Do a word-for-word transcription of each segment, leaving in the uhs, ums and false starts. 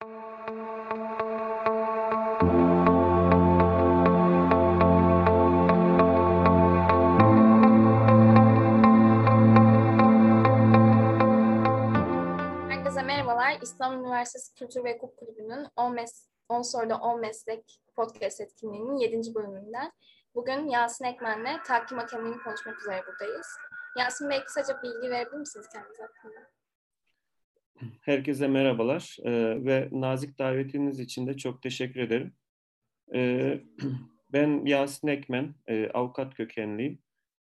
Herkese merhabalar. İstanbul Üniversitesi Kültür ve Hukuk Kulübü'nün on, mes- on soruda on meslek podcast etkinliğinin yedinci bölümünden. Bugün Yasin Ekmen'le tahkim hakemliğini konuşmak üzere buradayız. Yasin Bey, kısaca bilgi verebilir misiniz kendiniz hakkında? Herkese merhabalar ee, ve nazik davetiniz için de çok teşekkür ederim. Ee, ben Yasin Ekmen, e, avukat kökenliyim.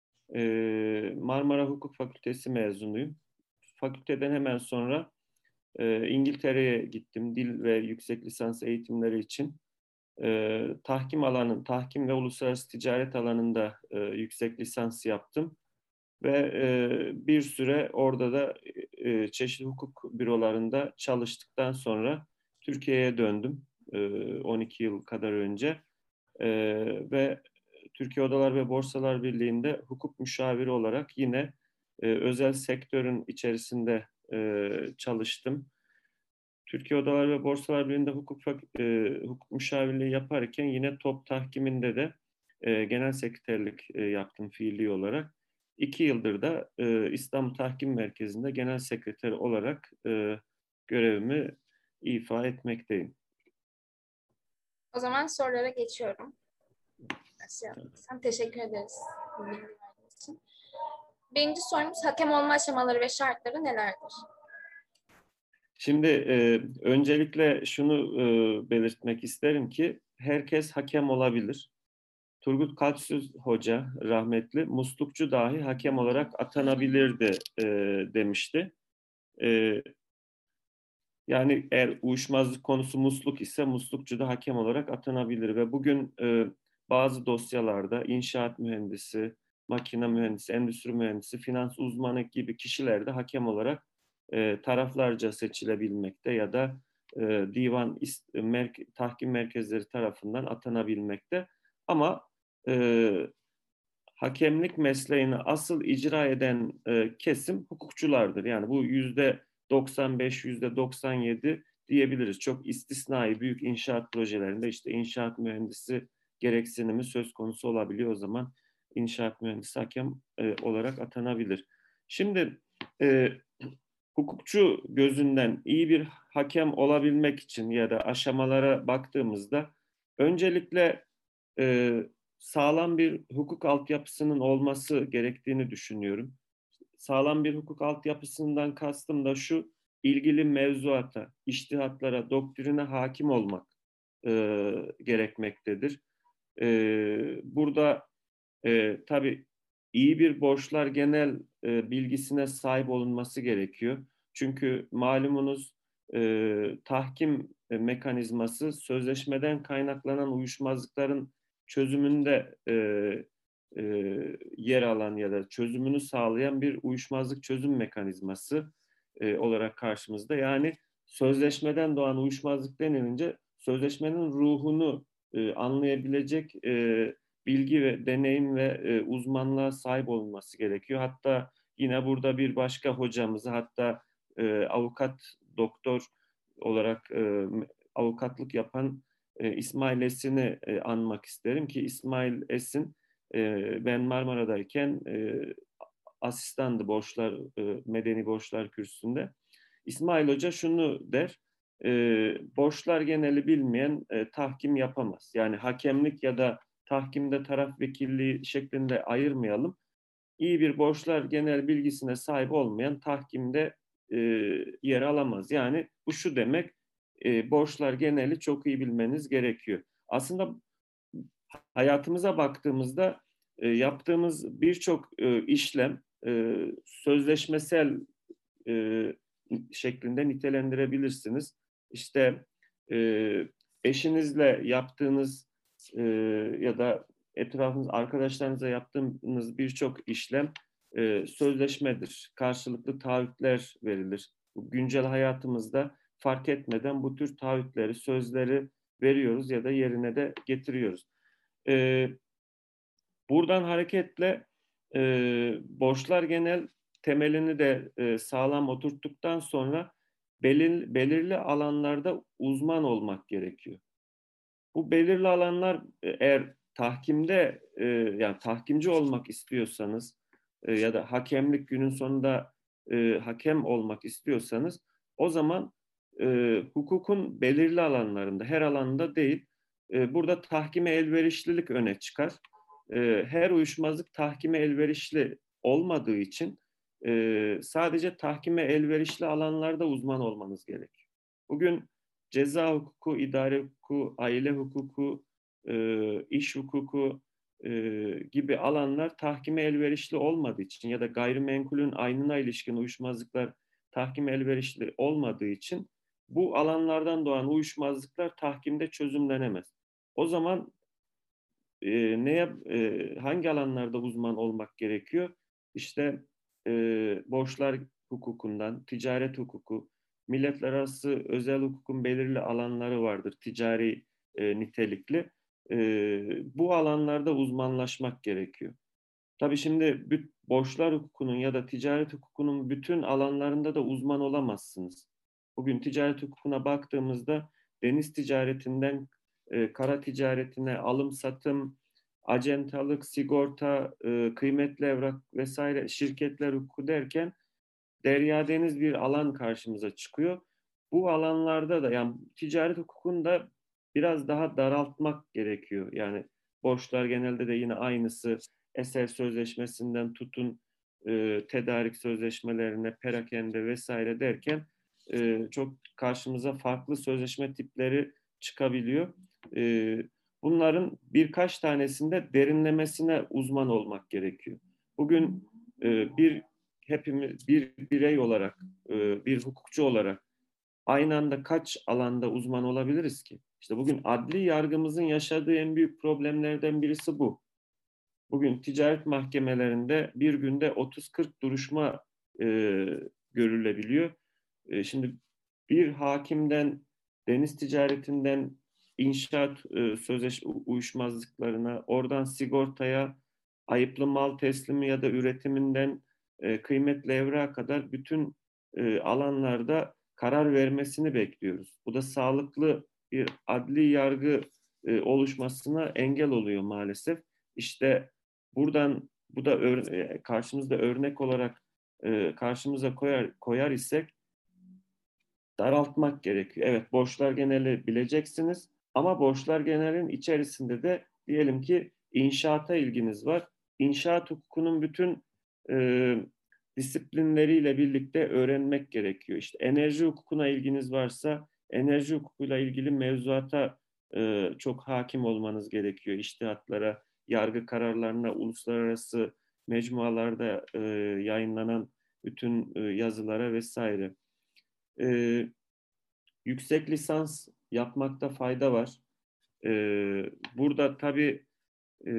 Ee, Marmara Hukuk Fakültesi mezunuyum. Fakülteden hemen sonra e, İngiltere'ye gittim dil ve yüksek lisans eğitimleri için. Ee, tahkim alanı, tahkim ve uluslararası ticaret alanında e, yüksek lisans yaptım. Ve e, bir süre orada da e, çeşitli hukuk bürolarında çalıştıktan sonra Türkiye'ye döndüm e, on iki yıl kadar önce. E, ve Türkiye Odalar ve Borsalar Birliği'nde hukuk müşaviri olarak yine e, özel sektörün içerisinde e, çalıştım. Türkiye Odalar ve Borsalar Birliği'nde hukuk, e, hukuk müşavirliği yaparken yine top tahkiminde de e, genel sekreterlik e, yaptım fiili olarak. İki yıldır da e, İstanbul Tahkim Merkezi'nde genel sekreter olarak e, görevimi ifa etmekteyim. O zaman sorulara geçiyorum. Sen teşekkür ederiz bilgi verdiğiniz için. Birinci sorumuz, hakem olma aşamaları ve şartları nelerdir? Şimdi e, öncelikle şunu e, belirtmek isterim ki herkes hakem olabilir. Turgut Kalpsüz Hoca rahmetli muslukçu dahi hakem olarak atanabilirdi e, demişti. E, yani eğer uyuşmazlık konusu musluk ise muslukçu da hakem olarak atanabilir ve bugün e, bazı dosyalarda inşaat mühendisi, makine mühendisi, endüstri mühendisi, finans uzmanı gibi kişiler de hakem olarak e, taraflarca seçilebilmekte ya da e, divan merke, tahkim merkezleri tarafından atanabilmekte. Ama e, hakemlik mesleğini asıl icra eden e, kesim hukukçulardır. Yani bu yüzde doksan beş, yüzde doksan yedi diyebiliriz. Çok istisnai büyük inşaat projelerinde işte inşaat mühendisi gereksinimi söz konusu olabiliyor. O zaman inşaat mühendisi hakem e, olarak atanabilir. Şimdi e, hukukçu gözünden iyi bir hakem olabilmek için ya da aşamalara baktığımızda öncelikle e, sağlam bir hukuk altyapısının olması gerektiğini düşünüyorum. Sağlam bir hukuk altyapısından kastım da şu, ilgili mevzuata, içtihatlara, doktrine hakim olmak e, gerekmektedir. E, burada e, tabii iyi bir borçlar genel e, bilgisine sahip olunması gerekiyor. Çünkü malumunuz e, tahkim e, mekanizması sözleşmeden kaynaklanan uyuşmazlıkların çözümünde e, e, yer alan ya da çözümünü sağlayan bir uyuşmazlık çözüm mekanizması e, olarak karşımızda. Yani sözleşmeden doğan uyuşmazlık denilince sözleşmenin ruhunu e, anlayabilecek e, bilgi ve deneyim ve e, uzmanlığa sahip olunması gerekiyor. Hatta yine burada bir başka hocamızı, hatta e, avukat doktor olarak e, avukatlık yapan e, İsmail Esin'i e, anmak isterim ki İsmail Esin e, ben Marmara'dayken e, asistandı borçlar e, medeni borçlar kürsüsünde. İsmail Hoca şunu der: e, borçlar geneli bilmeyen e, tahkim yapamaz. Yani hakemlik ya da tahkimde taraf vekilliği şeklinde ayırmayalım. İyi bir borçlar genel bilgisine sahip olmayan tahkimde e, yer alamaz. Yani bu şu demek, e, borçlar geneli çok iyi bilmeniz gerekiyor. Aslında hayatımıza baktığımızda e, yaptığımız birçok e, işlem e, sözleşmesel e, şeklinde nitelendirebilirsiniz. İşte e, eşinizle yaptığınız e, ya da etrafınız arkadaşlarınızla yaptığınız birçok işlem e, sözleşmedir. Karşılıklı taahhütler verilir. Bu güncel hayatımızda fark etmeden bu tür taahhütleri, sözleri veriyoruz ya da yerine de getiriyoruz. E, buradan hareketle e, borçlar genel temelini de e, sağlam oturttuktan sonra belir, belirli alanlarda uzman olmak gerekiyor. Bu belirli alanlar eğer tahkimde e, yani tahkimci olmak istiyorsanız e, ya da hakemlik günün sonunda e, hakem olmak istiyorsanız o zaman e, hukukun belirli alanlarında, her alanda değil, e, burada tahkime elverişlilik öne çıkar. E, her uyuşmazlık tahkime elverişli olmadığı için e, sadece tahkime elverişli alanlarda uzman olmanız gerekiyor. Bugün ceza hukuku, idare hukuku, aile hukuku, e, iş hukuku e, gibi alanlar tahkime elverişli olmadığı için ya da gayrimenkulün aynına ilişkin uyuşmazlıklar tahkime elverişli olmadığı için bu alanlardan doğan uyuşmazlıklar tahkimde çözümlenemez. O zaman e, ne yap, e, hangi alanlarda uzman olmak gerekiyor? İşte e, borçlar hukukundan, ticaret hukuku, milletler arası özel hukukun belirli alanları vardır, ticari e, nitelikli. E, bu alanlarda uzmanlaşmak gerekiyor. Tabii şimdi borçlar hukukunun ya da ticaret hukukunun bütün alanlarında da uzman olamazsınız. Bugün ticaret hukukuna baktığımızda deniz ticaretinden e, kara ticaretine, alım satım, acentalık, sigorta, e, kıymetli evrak vesaire şirketler hukuku derken derya deniz bir alan karşımıza çıkıyor. Bu alanlarda da yani ticaret hukukunda biraz daha daraltmak gerekiyor. Yani borçlar genelde de yine aynısı, eser sözleşmesinden tutun e, tedarik sözleşmelerine, perakende vesaire derken e, çok karşımıza farklı sözleşme tipleri çıkabiliyor. E, bunların birkaç tanesinde derinlemesine uzman olmak gerekiyor. Bugün e, bir hepimiz bir birey olarak, e, bir hukukçu olarak aynı anda kaç alanda uzman olabiliriz ki? İşte bugün adli yargımızın yaşadığı en büyük problemlerden birisi bu. Bugün ticaret mahkemelerinde bir günde otuz kırk duruşma e, görülebiliyor. E, şimdi bir hakimden deniz ticaretinden inşaat e, sözleşme uyuşmazlıklarına, oradan sigortaya, ayıplı mal teslimi ya da üretiminden e, kıymetli evrağa kadar bütün e, alanlarda karar vermesini bekliyoruz. Bu da sağlıklı bir adli yargı e, oluşmasına engel oluyor maalesef. İşte buradan bu da ör, karşımızda örnek olarak e, karşımıza koyar koyar isek daraltmak gerekiyor. Evet, borçlar geneli bileceksiniz ama borçlar genelin içerisinde de diyelim ki inşaata ilginiz var. İnşaat hukukunun bütün e, disiplinleriyle birlikte öğrenmek gerekiyor. İşte enerji hukukuna ilginiz varsa enerji hukukuyla ilgili mevzuata e, çok hakim olmanız gerekiyor. İçtihatlara, yargı kararlarına, uluslararası mecmualarda e, yayınlanan bütün e, yazılara vesaire. E, yüksek lisans yapmakta fayda var. E, burada tabii e,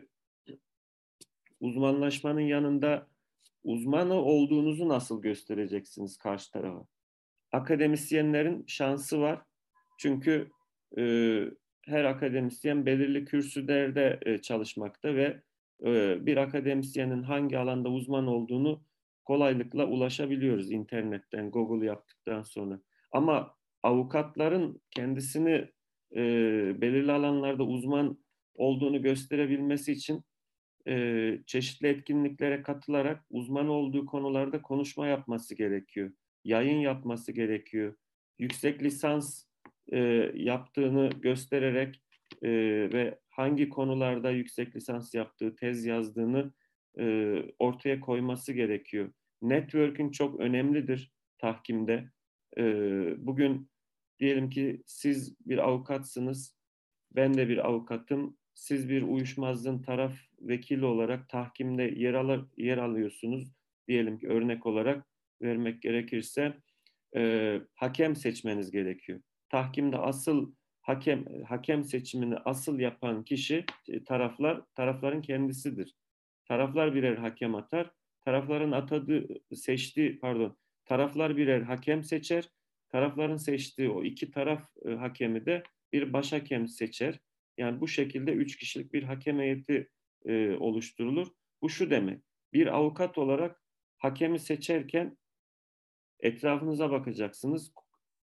uzmanlaşmanın yanında uzmanı olduğunuzu nasıl göstereceksiniz karşı tarafa? Akademisyenlerin şansı var. Çünkü e, her akademisyen belirli kürsülerde e, çalışmakta ve e, bir akademisyenin hangi alanda uzman olduğunu kolaylıkla ulaşabiliyoruz internetten, Google yaptıktan sonra. Ama avukatların kendisini e, belirli alanlarda uzman olduğunu gösterebilmesi için e, çeşitli etkinliklere katılarak uzman olduğu konularda konuşma yapması gerekiyor. Yayın yapması gerekiyor. Yüksek lisans e, yaptığını göstererek e, ve hangi konularda yüksek lisans yaptığı, tez yazdığını e, ortaya koyması gerekiyor. Networking çok önemlidir tahkimde. E, bugün diyelim ki siz bir avukatsınız, ben de bir avukatım. Siz bir uyuşmazlığın taraf vekili olarak tahkimde yer, alır, yer alıyorsunuz. Diyelim ki örnek olarak vermek gerekirse e, hakem seçmeniz gerekiyor. Tahkimde asıl hakem hakem seçimini asıl yapan kişi e, taraflar tarafların kendisidir. Taraflar birer hakem atar. Tarafların atadığı seçtiği pardon taraflar birer hakem seçer. Tarafların seçtiği o iki taraf e, hakemi de bir baş hakem seçer. Yani bu şekilde üç kişilik bir hakem heyeti e, oluşturulur. Bu şu demek. Bir avukat olarak hakemi seçerken etrafınıza bakacaksınız.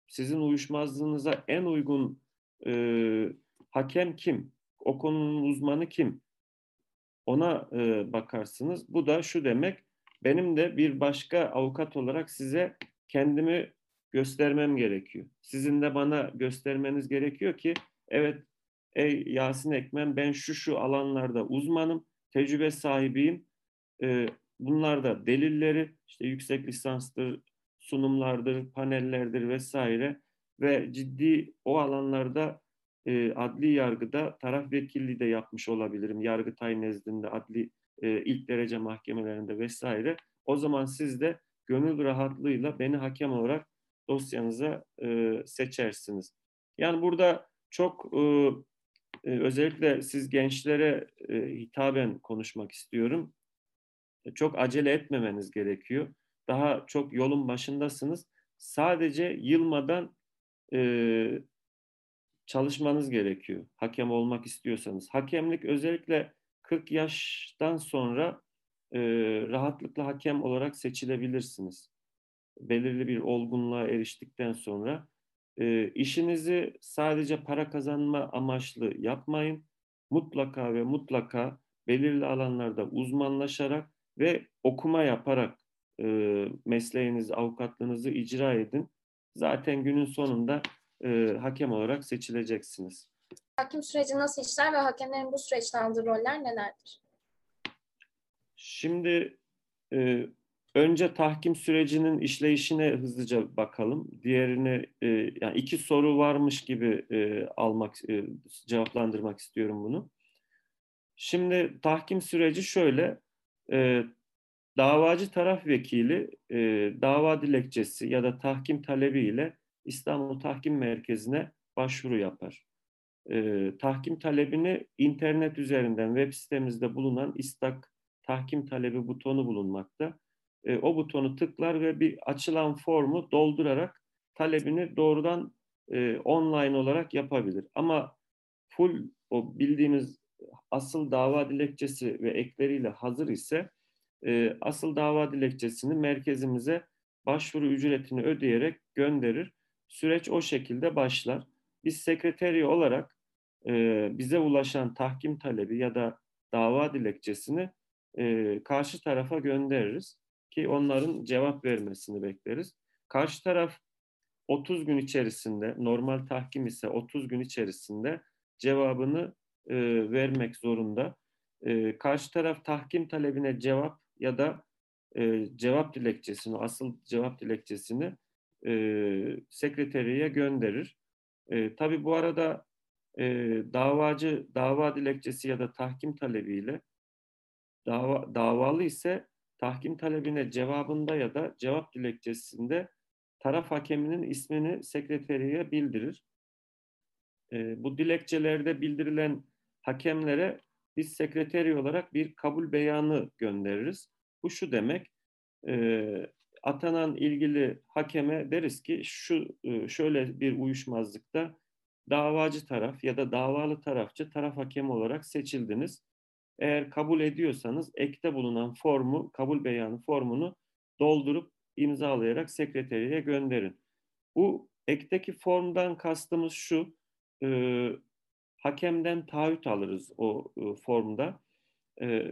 sizin uyuşmazlığınıza en uygun e, hakem kim? O konunun uzmanı kim? Ona e, bakarsınız. Bu da şu demek, benim de bir başka avukat olarak size kendimi göstermem gerekiyor. Sizin de bana göstermeniz gerekiyor ki, evet, ey Yasin Ekmen, ben şu şu alanlarda uzmanım, tecrübe sahibiyim. E, bunlar da delilleri, işte yüksek lisanstır, sunumlardır, panellerdir vesaire ve ciddi o alanlarda e, adli yargıda taraf vekilliği de yapmış olabilirim. Yargıtay nezdinde, adli e, ilk derece mahkemelerinde vesaire. O zaman siz de gönül rahatlığıyla beni hakem olarak dosyanıza e, seçersiniz. Yani burada çok e, e, özellikle siz gençlere e, hitaben konuşmak istiyorum. E, çok acele etmemeniz gerekiyor. Daha çok yolun başındasınız. Sadece yılmadan e, çalışmanız gerekiyor. Hakem olmak istiyorsanız. Hakemlik özellikle kırk yaştan sonra e, rahatlıkla hakem olarak seçilebilirsiniz. Belirli bir olgunluğa eriştikten sonra e, işinizi sadece para kazanma amaçlı yapmayın. Mutlaka ve mutlaka belirli alanlarda uzmanlaşarak ve okuma yaparak e, mesleğinizi, avukatlığınızı icra edin. Zaten günün sonunda e, hakem olarak seçileceksiniz. Tahkim süreci nasıl işler ve hakemlerin bu süreçte aldığı roller nelerdir? Şimdi e, önce tahkim sürecinin işleyişine hızlıca bakalım. Diğerini e, yani iki soru varmış gibi e, almak, e, cevaplandırmak istiyorum bunu. Şimdi tahkim süreci şöyle: e, davacı taraf vekili e, dava dilekçesi ya da tahkim talebiyle İstanbul Tahkim Merkezi'ne başvuru yapar. E, tahkim talebini internet üzerinden web sitemizde bulunan İstak tahkim talebi butonu bulunmakta. E, o butonu tıklar ve bir açılan formu doldurarak talebini doğrudan e, online olarak yapabilir. Ama full o bildiğimiz asıl dava dilekçesi ve ekleriyle hazır ise e, asıl dava dilekçesini merkezimize başvuru ücretini ödeyerek gönderir. Süreç o şekilde başlar. Biz sekreteri olarak e, bize ulaşan tahkim talebi ya da dava dilekçesini e, karşı tarafa göndeririz ki onların cevap vermesini bekleriz. Karşı taraf otuz gün içerisinde, normal tahkim ise otuz gün içerisinde cevabını e, vermek zorunda. E, karşı taraf tahkim talebine cevap ya da e, cevap dilekçesini, asıl cevap dilekçesini e, sekreteriye gönderir. E, tabii bu arada e, davacı dava dilekçesi ya da tahkim talebiyle dava, davalı ise tahkim talebine cevabında ya da cevap dilekçesinde taraf hakeminin ismini sekreteriye bildirir. E, bu dilekçelerde bildirilen hakemlere biz sekreteri olarak bir kabul beyanı göndeririz. Bu şu demek: e, atanan ilgili hakeme deriz ki şu e, şöyle bir uyuşmazlıkta davacı taraf ya da davalı tarafçı taraf hakemi olarak seçildiniz. Eğer kabul ediyorsanız ekte bulunan formu, kabul beyanı formunu doldurup imzalayarak sekreteriye gönderin. Bu ekteki formdan kastımız şu: e, hakemden taahhüt alırız o e, formda. E,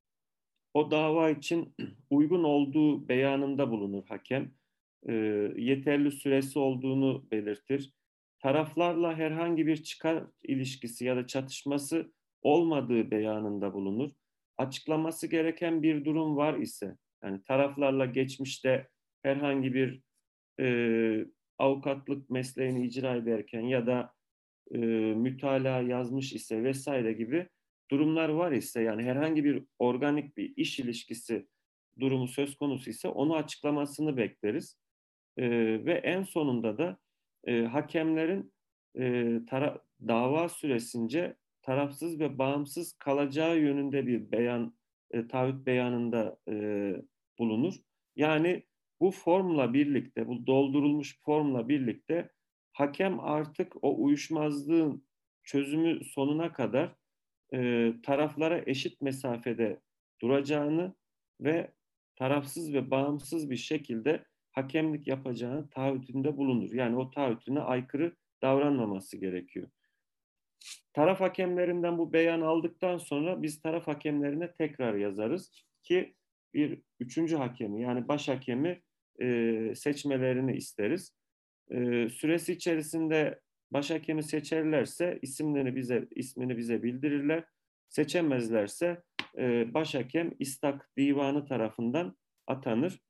o dava için uygun olduğu beyanında bulunur hakem. E, yeterli süresi olduğunu belirtir. Taraflarla herhangi bir çıkar ilişkisi ya da çatışması olmadığı beyanında bulunur. Açıklaması gereken bir durum var ise, yani taraflarla geçmişte herhangi bir e, avukatlık mesleğini icra ederken ya da e, mütalaa yazmış ise vesaire gibi durumlar var ise, yani herhangi bir organik bir iş ilişkisi durumu söz konusu ise onu açıklamasını bekleriz. E, ve en sonunda da e, hakemlerin e, tara- dava süresince tarafsız ve bağımsız kalacağı yönünde bir beyan, e, taahhüt beyanında e, bulunur. Yani bu formla birlikte, bu doldurulmuş formla birlikte hakem artık o uyuşmazlığın çözümü sonuna kadar e, taraflara eşit mesafede duracağını ve tarafsız ve bağımsız bir şekilde hakemlik yapacağını taahhütünde bulunur. Yani o taahhütüne aykırı davranmaması gerekiyor. Taraf hakemlerinden bu beyan aldıktan sonra biz taraf hakemlerine tekrar yazarız ki bir üçüncü hakemi yani baş hakemi e, seçmelerini isteriz. E, süresi içerisinde baş hakemi seçerlerse isimlerini bize ismini bize bildirirler. Seçemezlerse e, baş hakem İstak Divanı tarafından atanır.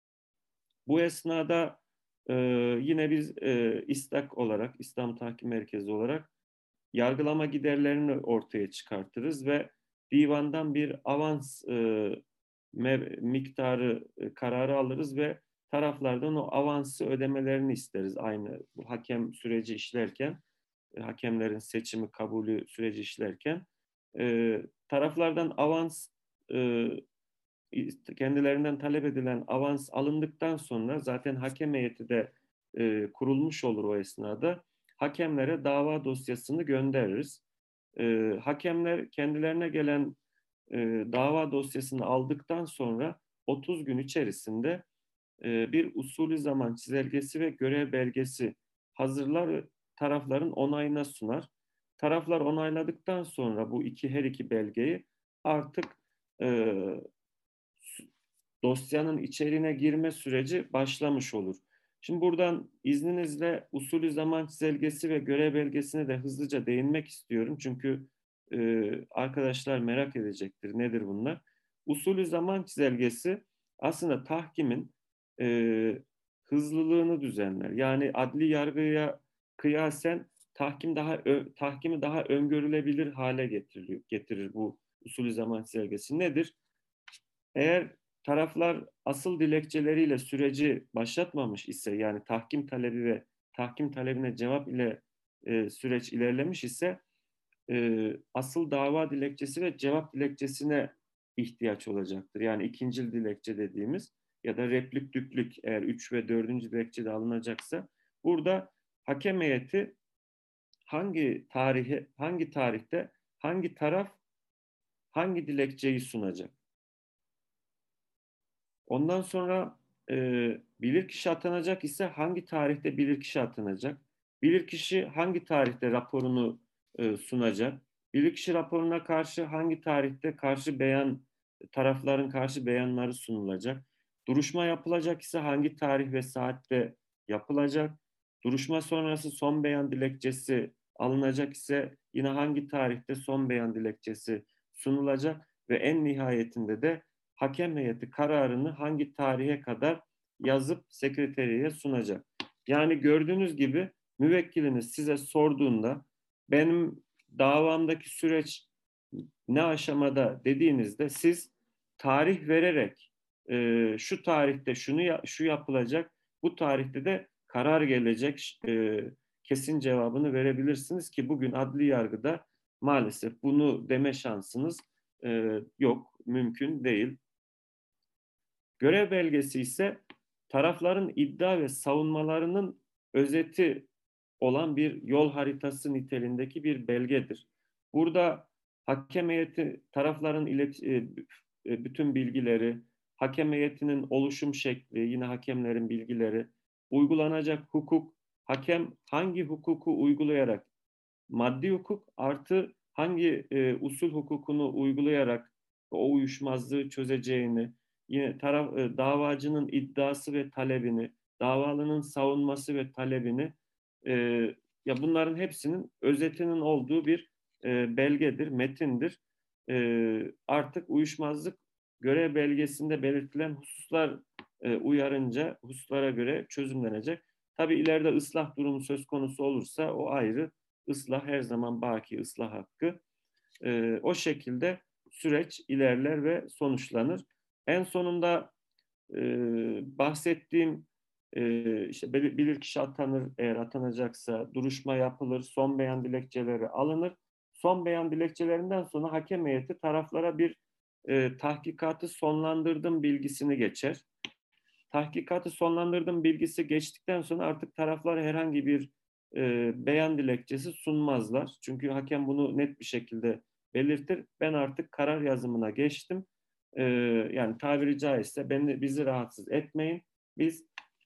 Bu esnada e, yine biz e, İstak olarak, İslam Tahkim Merkezi olarak yargılama giderlerini ortaya çıkartırız ve divandan bir avans e, miktarı e, kararı alırız ve taraflardan o avansı ödemelerini isteriz. Aynı bu hakem süreci işlerken, e, hakemlerin seçimi, kabulü süreci işlerken e, taraflardan avans e, kendilerinden talep edilen avans alındıktan sonra zaten hakem heyeti de e, kurulmuş olur o esnada. Hakemlere dava dosyasını göndeririz. E, hakemler kendilerine gelen e, dava dosyasını aldıktan sonra otuz gün içerisinde e, bir usulü zaman çizelgesi ve görev belgesi hazırlar, tarafların onayına sunar. Taraflar onayladıktan sonra bu iki her iki belgeyi artık e, dosyanın içeriğine girme süreci başlamış olur. Şimdi buradan izninizle usulü zaman çizelgesi ve görev belgesine de hızlıca değinmek istiyorum. Çünkü e, arkadaşlar merak edecektir nedir bunlar. Usulü zaman çizelgesi aslında tahkimin e, hızlılığını düzenler. Yani adli yargıya kıyasen tahkim daha ö, tahkimi daha öngörülebilir hale getirir, getirir bu usulü zaman çizelgesi. Nedir? Eğer taraflar asıl dilekçeleriyle süreci başlatmamış ise yani tahkim talebi ve tahkim talebine cevap ile e, süreç ilerlemiş ise e, asıl dava dilekçesi ve cevap dilekçesine ihtiyaç olacaktır. Yani ikincil dilekçe dediğimiz ya da replik düplük eğer üç ve dördüncü dilekçe de alınacaksa burada hakem heyeti hangi tarihe hangi tarihte hangi taraf hangi dilekçeyi sunacak? Ondan sonra e, bilirkişi atanacak ise hangi tarihte bilirkişi atanacak? Bilirkişi hangi tarihte raporunu e, sunacak? Bilirkişi raporuna karşı hangi tarihte karşı beyan tarafların karşı beyanları sunulacak? Duruşma yapılacak ise hangi tarih ve saatte yapılacak? Duruşma sonrası son beyan dilekçesi alınacak ise yine hangi tarihte son beyan dilekçesi sunulacak ve en nihayetinde de hakem heyeti kararını hangi tarihe kadar yazıp sekreteriye sunacak. Yani gördüğünüz gibi müvekkiliniz size sorduğunda benim davamdaki süreç ne aşamada dediğinizde siz tarih vererek e, şu tarihte şunu şu yapılacak, bu tarihte de karar gelecek e, kesin cevabını verebilirsiniz ki bugün adli yargıda maalesef bunu deme şansınız e, yok, mümkün değil. Görev belgesi ise tarafların iddia ve savunmalarının özeti olan bir yol haritası niteliğindeki bir belgedir. Burada hakem heyeti tarafların ilet e, bütün bilgileri, hakem heyetinin oluşum şekli, yine hakemlerin bilgileri, uygulanacak hukuk, hakem hangi hukuku uygulayarak, maddi hukuk artı hangi e, usul hukukunu uygulayarak o uyuşmazlığı çözeceğini, yine taraf e, davacının iddiası ve talebini, davalının savunması ve talebini e, ya bunların hepsinin özetinin olduğu bir e, belgedir, metindir. E, artık uyuşmazlık görev belgesinde belirtilen hususlar e, uyarınca hususlara göre çözümlenecek. Tabii ileride ıslah durumu söz konusu olursa o ayrı. Islah her zaman baki ıslah hakkı. E, o şekilde süreç ilerler ve sonuçlanır. En sonunda e, bahsettiğim e, işte bilirkişi atanır eğer atanacaksa, duruşma yapılır, son beyan dilekçeleri alınır. Son beyan dilekçelerinden sonra hakem heyeti taraflara bir e, tahkikatı sonlandırdım bilgisini geçer. Tahkikatı sonlandırdım bilgisi geçtikten sonra artık taraflar herhangi bir e, beyan dilekçesi sunmazlar. Çünkü hakem bunu net bir şekilde belirtir. Ben artık karar yazımına geçtim. E, yani tabiri caizse beni, bizi rahatsız etmeyin. Biz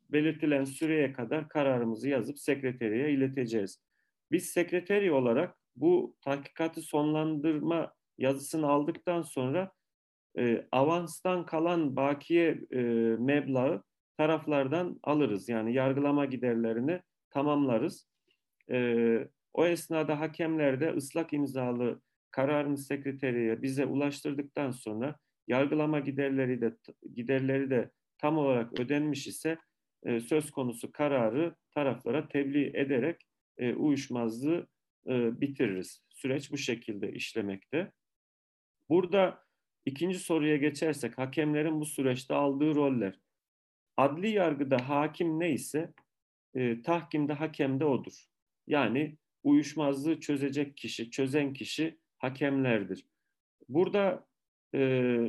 belirtilen süreye kadar kararımızı yazıp sekreteriye ileteceğiz. Biz sekreteri olarak bu tahkikatı sonlandırma yazısını aldıktan sonra e, avanstan kalan bakiye e, meblağı taraflardan alırız. Yani yargılama giderlerini tamamlarız. E, o esnada hakemler de ıslak imzalı kararını sekreteriye bize ulaştırdıktan sonra yargılama giderleri de giderleri de tam olarak ödenmiş ise e, söz konusu kararı taraflara tebliğ ederek e, uyuşmazlığı e, bitiririz. Süreç bu şekilde işlemekte. Burada ikinci soruya geçersek hakemlerin bu süreçte aldığı roller. Adli yargıda hakim neyse e, tahkimde hakem de odur. Yani uyuşmazlığı çözecek kişi, çözen kişi hakemlerdir. Burada e,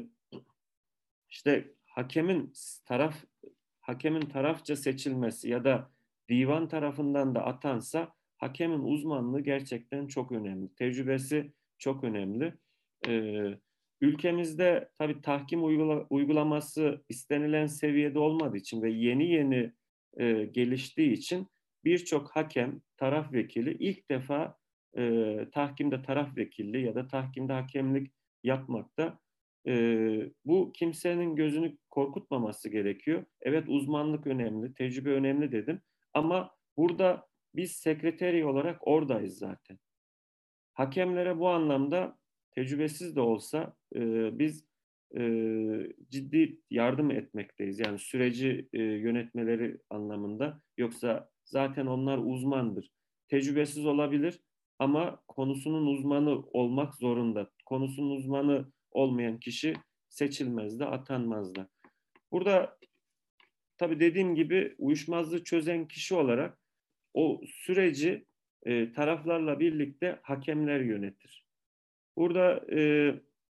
işte hakemin taraf hakemin tarafça seçilmesi ya da divan tarafından da atansa hakemin uzmanlığı gerçekten çok önemli. Tecrübesi çok önemli. Ee, ülkemizde tabii tahkim uygula, uygulaması istenilen seviyede olmadığı için ve yeni yeni e, geliştiği için birçok hakem, taraf vekili ilk defa e, tahkimde taraf vekilliği ya da tahkimde hakemlik yapmakta. Ee, bu kimsenin gözünü korkutmaması gerekiyor. Evet uzmanlık önemli, tecrübe önemli dedim. Ama burada biz sekreteri olarak oradayız zaten. Hakemlere bu anlamda tecrübesiz de olsa e, biz e, ciddi yardım etmekteyiz. Yani süreci e, yönetmeleri anlamında. Yoksa zaten onlar uzmandır. Tecrübesiz olabilir ama konusunun uzmanı olmak zorunda. Konusunun uzmanı olmayan kişi seçilmez de atanmaz da. Burada tabii dediğim gibi uyuşmazlığı çözen kişi olarak o süreci e, taraflarla birlikte hakemler yönetir. Burada e,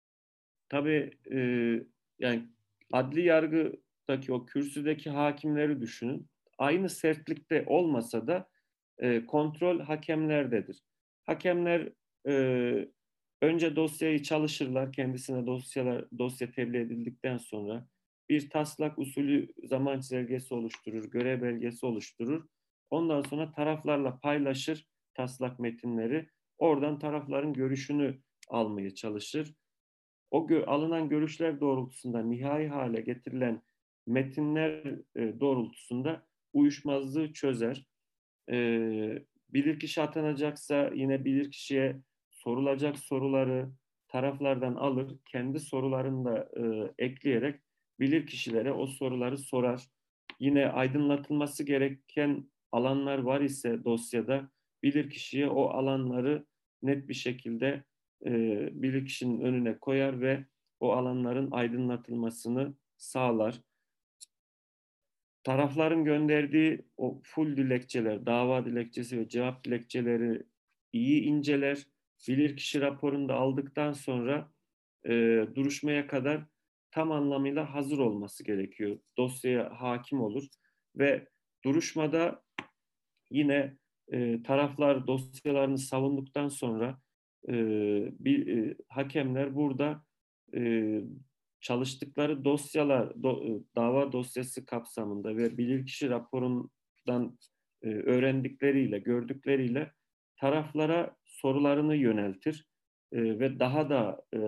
tabii e, yani adli yargıdaki o kürsüdeki hakimleri düşünün. Aynı sertlikte olmasa da e, kontrol hakemlerdedir. Hakemler e, önce dosyayı çalışırlar, kendisine dosyalar dosya tebliğ edildikten sonra bir taslak usulü zaman çizelgesi oluşturur, görev belgesi oluşturur. Ondan sonra taraflarla paylaşır taslak metinleri. Oradan tarafların görüşünü almaya çalışır. O gö alınan görüşler doğrultusunda nihai hale getirilen metinler e, doğrultusunda uyuşmazlığı çözer. E, bilirkişi atanacaksa yine bilirkişiye sorulacak soruları taraflardan alır, kendi sorularını da e, ekleyerek bilirkişilere o soruları sorar. Yine aydınlatılması gereken alanlar var ise dosyada bilirkişiye o alanları net bir şekilde e, bilirkişinin önüne koyar ve o alanların aydınlatılmasını sağlar. Tarafların gönderdiği o full dilekçeler, dava dilekçesi ve cevap dilekçeleri iyi inceler. Bilirkişi raporunu da aldıktan sonra e, duruşmaya kadar tam anlamıyla hazır olması gerekiyor. Dosyaya hakim olur ve duruşmada yine e, taraflar dosyalarını savunduktan sonra e, bir e, hakemler burada e, çalıştıkları dosyalar, do, dava dosyası kapsamında ve bilirkişi raporundan e, öğrendikleriyle, gördükleriyle taraflara sorularını yöneltir e, ve daha da e,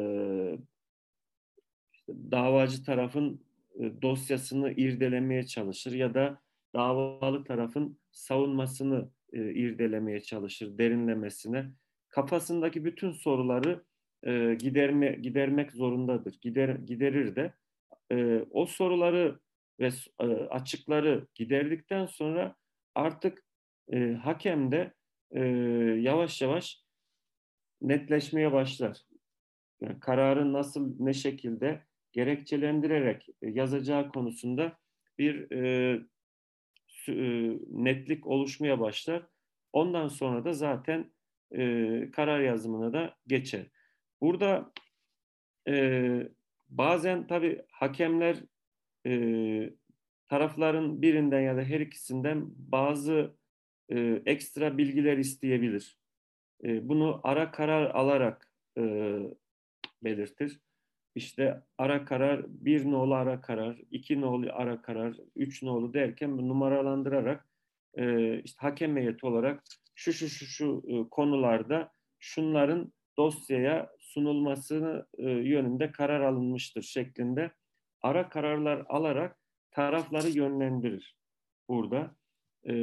işte davacı tarafın e, dosyasını irdelemeye çalışır ya da davalı tarafın savunmasını e, irdelemeye çalışır, derinlemesine. Kafasındaki bütün soruları e, giderme, gidermek zorundadır, gider, giderir de. E, o soruları ve e, açıkları giderdikten sonra artık e, hakem de e, yavaş yavaş netleşmeye başlar. Yani kararın nasıl, ne şekilde gerekçelendirerek yazacağı konusunda bir e, e, netlik oluşmaya başlar. Ondan sonra da zaten e, karar yazımına da geçer. Burada e, bazen tabii hakemler e, tarafların birinden ya da her ikisinden bazı e, ekstra bilgiler isteyebilir. E, bunu ara karar alarak e, belirtir. işte ara karar, bir nolu ara karar, iki nolu ara karar, üç nolu derken numaralandırarak e, işte hakem heyeti olarak şu şu şu şu e, konularda şunların dosyaya sunulmasını e, yönünde karar alınmıştır şeklinde ara kararlar alarak tarafları yönlendirir burada. E,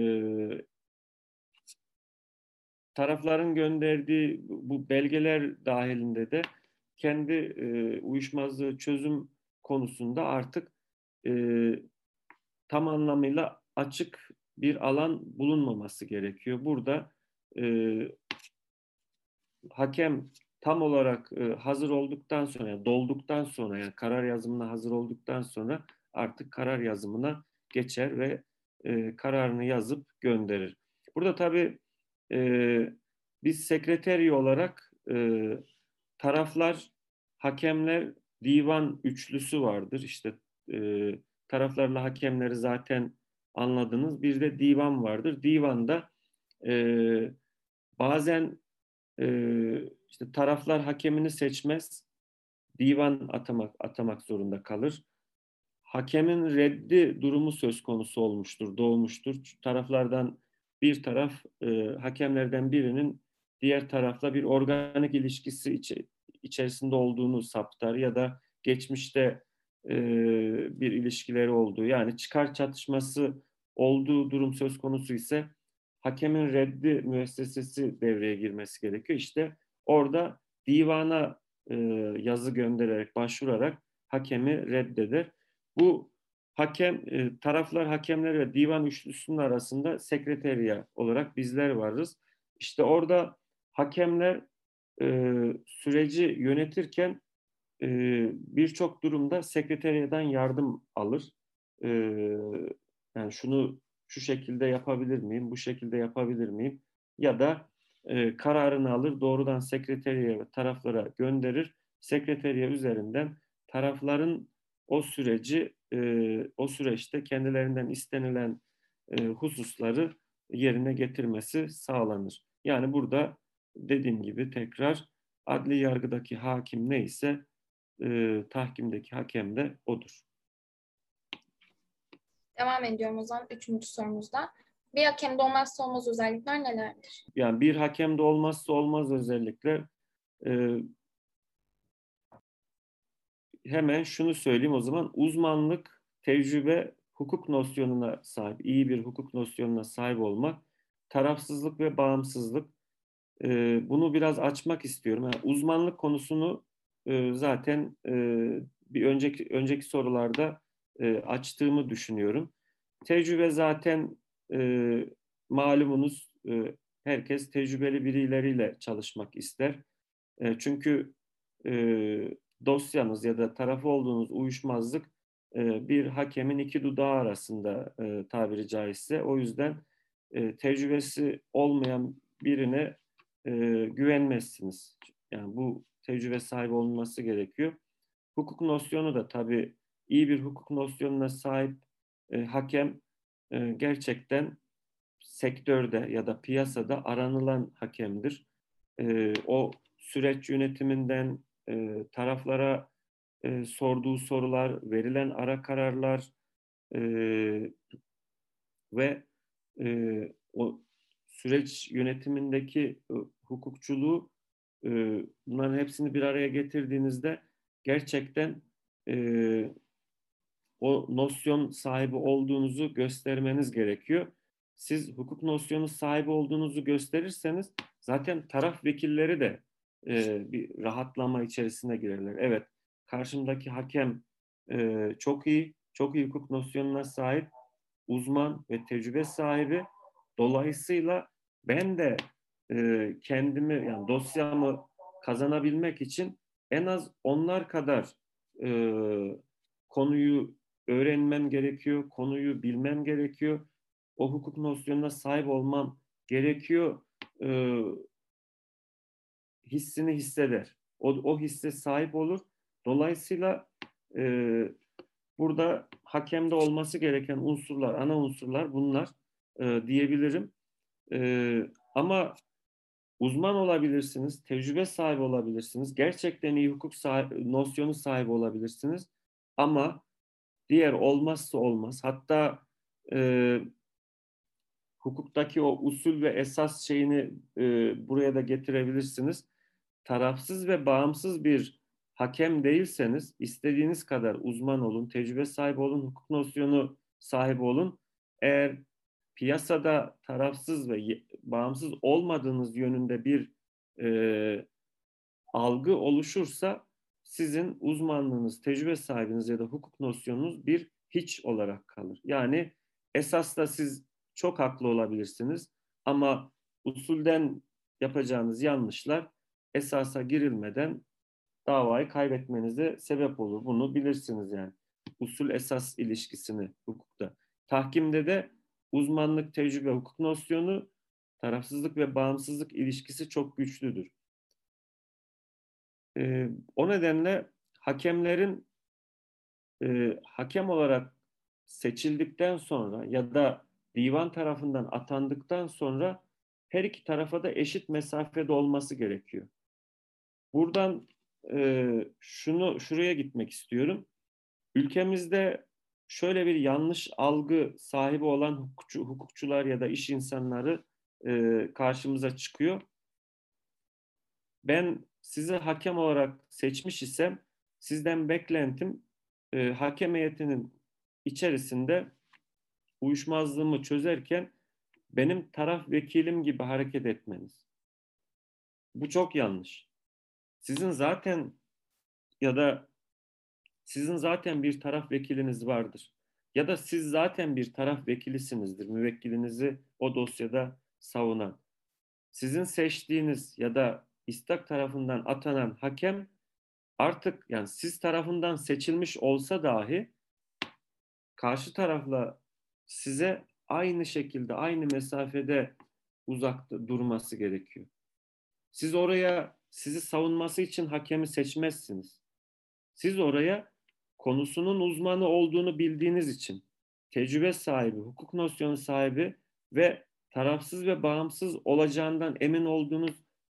tarafların gönderdiği bu belgeler dahilinde de kendi e, uyuşmazlığı çözüm konusunda artık e, tam anlamıyla açık bir alan bulunmaması gerekiyor. Burada e, hakem tam olarak e, hazır olduktan sonra, yani dolduktan sonra, yani karar yazımına hazır olduktan sonra artık karar yazımına geçer ve e, kararını yazıp gönderir. Burada tabii e, biz sekreterya olarak e, taraflar, hakemler, divan üçlüsü vardır. İşte e, taraflarla hakemleri zaten anladınız. Bir de divan vardır. Divanda e, bazen e, işte taraflar hakemini seçmez, divan atamak atamak zorunda kalır. Hakemin reddi durumu söz konusu olmuştur, doğmuştur. Taraflardan bir taraf, e, hakemlerden birinin diğer tarafla bir organik ilişkisi içi, içerisinde olduğunu saptar ya da geçmişte e, bir ilişkileri olduğu, yani çıkar çatışması olduğu durum söz konusu ise hakemin reddi müessesesi devreye girmesi gerekiyor. İşte orada divana e, yazı göndererek, başvurarak hakemi reddeder. Bu hakem e, taraflar, hakemler ve divan üçlüsünün arasında sekreteriya olarak bizler varız. İşte orada hakemler e, süreci yönetirken e, birçok durumda sekreteriyadan yardım alır. E, yani şunu şu şekilde yapabilir miyim, bu şekilde yapabilir miyim? Ya da e, kararını alır, doğrudan sekreteriye ve taraflara gönderir. Sekreteriye üzerinden tarafların o süreci, e, o süreçte kendilerinden istenilen e, hususları yerine getirmesi sağlanır. Yani burada dediğim gibi tekrar adli yargıdaki hakim neyse e, tahkimdeki hakem de odur. Devam ediyorum o zaman üçüncü sorumuzda. Bir hakemde olmazsa olmaz özellikler nelerdir? Yani bir hakemde olmazsa olmaz özellikler, e, hemen şunu söyleyeyim o zaman: uzmanlık, tecrübe, hukuk nosyonuna sahip, iyi bir hukuk nosyonuna sahip olmak, tarafsızlık ve bağımsızlık. E, bunu biraz açmak istiyorum. Yani uzmanlık konusunu e, zaten e, bir önceki önceki sorularda e, açtığımı düşünüyorum. Tecrübe zaten e, malumunuz, e, herkes tecrübeli birileriyle çalışmak ister. E, çünkü e, dosyanız ya da tarafı olduğunuz uyuşmazlık e, bir hakemin iki dudağı arasında, e, tabiri caizse. O yüzden e, tecrübesi olmayan birine e, güvenmezsiniz. Yani bu tecrübe sahibi olması gerekiyor. Hukuk nosyonu da tabii, iyi bir hukuk nosyonuna sahip e, hakem e, gerçekten sektörde ya da piyasada aranılan hakemdir. E, o süreç yönetiminden e, taraflara e, sorduğu sorular, verilen ara kararlar e, ve e, o süreç yönetimindeki e, hukukçuluğu, e, bunların hepsini bir araya getirdiğinizde gerçekten e, o nosyon sahibi olduğunuzu göstermeniz gerekiyor. Siz hukuk nosyonu sahibi olduğunuzu gösterirseniz zaten taraf vekilleri de e, bir rahatlama içerisine girerler. Evet, karşımdaki hakem e, çok iyi, çok iyi hukuk nosyonuna sahip, uzman ve tecrübe sahibi. Dolayısıyla ben de e, kendimi, yani dosyamı kazanabilmek için en az onlar kadar e, konuyu öğrenmem gerekiyor, konuyu bilmem gerekiyor, o hukuk nosyonuna sahip olmam gerekiyor e, hissini hisseder. O, o hisse sahip olur. Dolayısıyla e, burada hakemde olması gereken unsurlar, ana unsurlar bunlar e, diyebilirim. E, ama Uzman olabilirsiniz, tecrübe sahibi olabilirsiniz, gerçekten iyi hukuk sahibi, nosyonu sahibi olabilirsiniz. Ama diğer olmazsa olmaz, hatta e, hukuktaki o usul ve esas şeyini e, buraya da getirebilirsiniz. Tarafsız ve bağımsız bir hakem değilseniz, istediğiniz kadar uzman olun, tecrübe sahibi olun, hukuk nosyonu sahibi olun. Eğer piyasada tarafsız ve bağımsız olmadığınız yönünde bir e, algı oluşursa, sizin uzmanlığınız, tecrübe sahibiniz ya da hukuk nosyonunuz bir hiç olarak kalır. Yani esas da siz çok haklı olabilirsiniz ama usulden yapacağınız yanlışlar esasa girilmeden davayı kaybetmenize sebep olur. Bunu bilirsiniz yani. Usul esas ilişkisini hukukta. Tahkimde de uzmanlık, tecrübe, hukuk nosyonu, tarafsızlık ve bağımsızlık ilişkisi çok güçlüdür. Ee, o nedenle hakemlerin e, hakem olarak seçildikten sonra ya da divan tarafından atandıktan sonra her iki tarafa da eşit mesafede olması gerekiyor. Buradan e, şunu şuraya gitmek istiyorum. Ülkemizde şöyle bir yanlış algı sahibi olan hukukçu, hukukçular ya da iş insanları e, karşımıza çıkıyor. Ben sizi hakem olarak seçmiş isem, sizden beklentim e, hakem heyetinin içerisinde uyuşmazlığımı çözerken benim taraf vekilim gibi hareket etmeniz. Bu çok yanlış. Sizin zaten ya da sizin zaten bir taraf vekiliniz vardır. Ya da siz zaten bir taraf vekilisinizdir. Müvekkilinizi o dosyada savunan. Sizin seçtiğiniz ya da istak tarafından atanan hakem artık, yani siz tarafından seçilmiş olsa dahi karşı tarafla size aynı şekilde, aynı mesafede uzakta durması gerekiyor. Siz oraya sizi savunması için hakemi seçmezsiniz. Siz oraya konusunun uzmanı olduğunu bildiğiniz için, tecrübe sahibi, hukuk nosyonu sahibi ve tarafsız ve bağımsız olacağından emin olduğunuz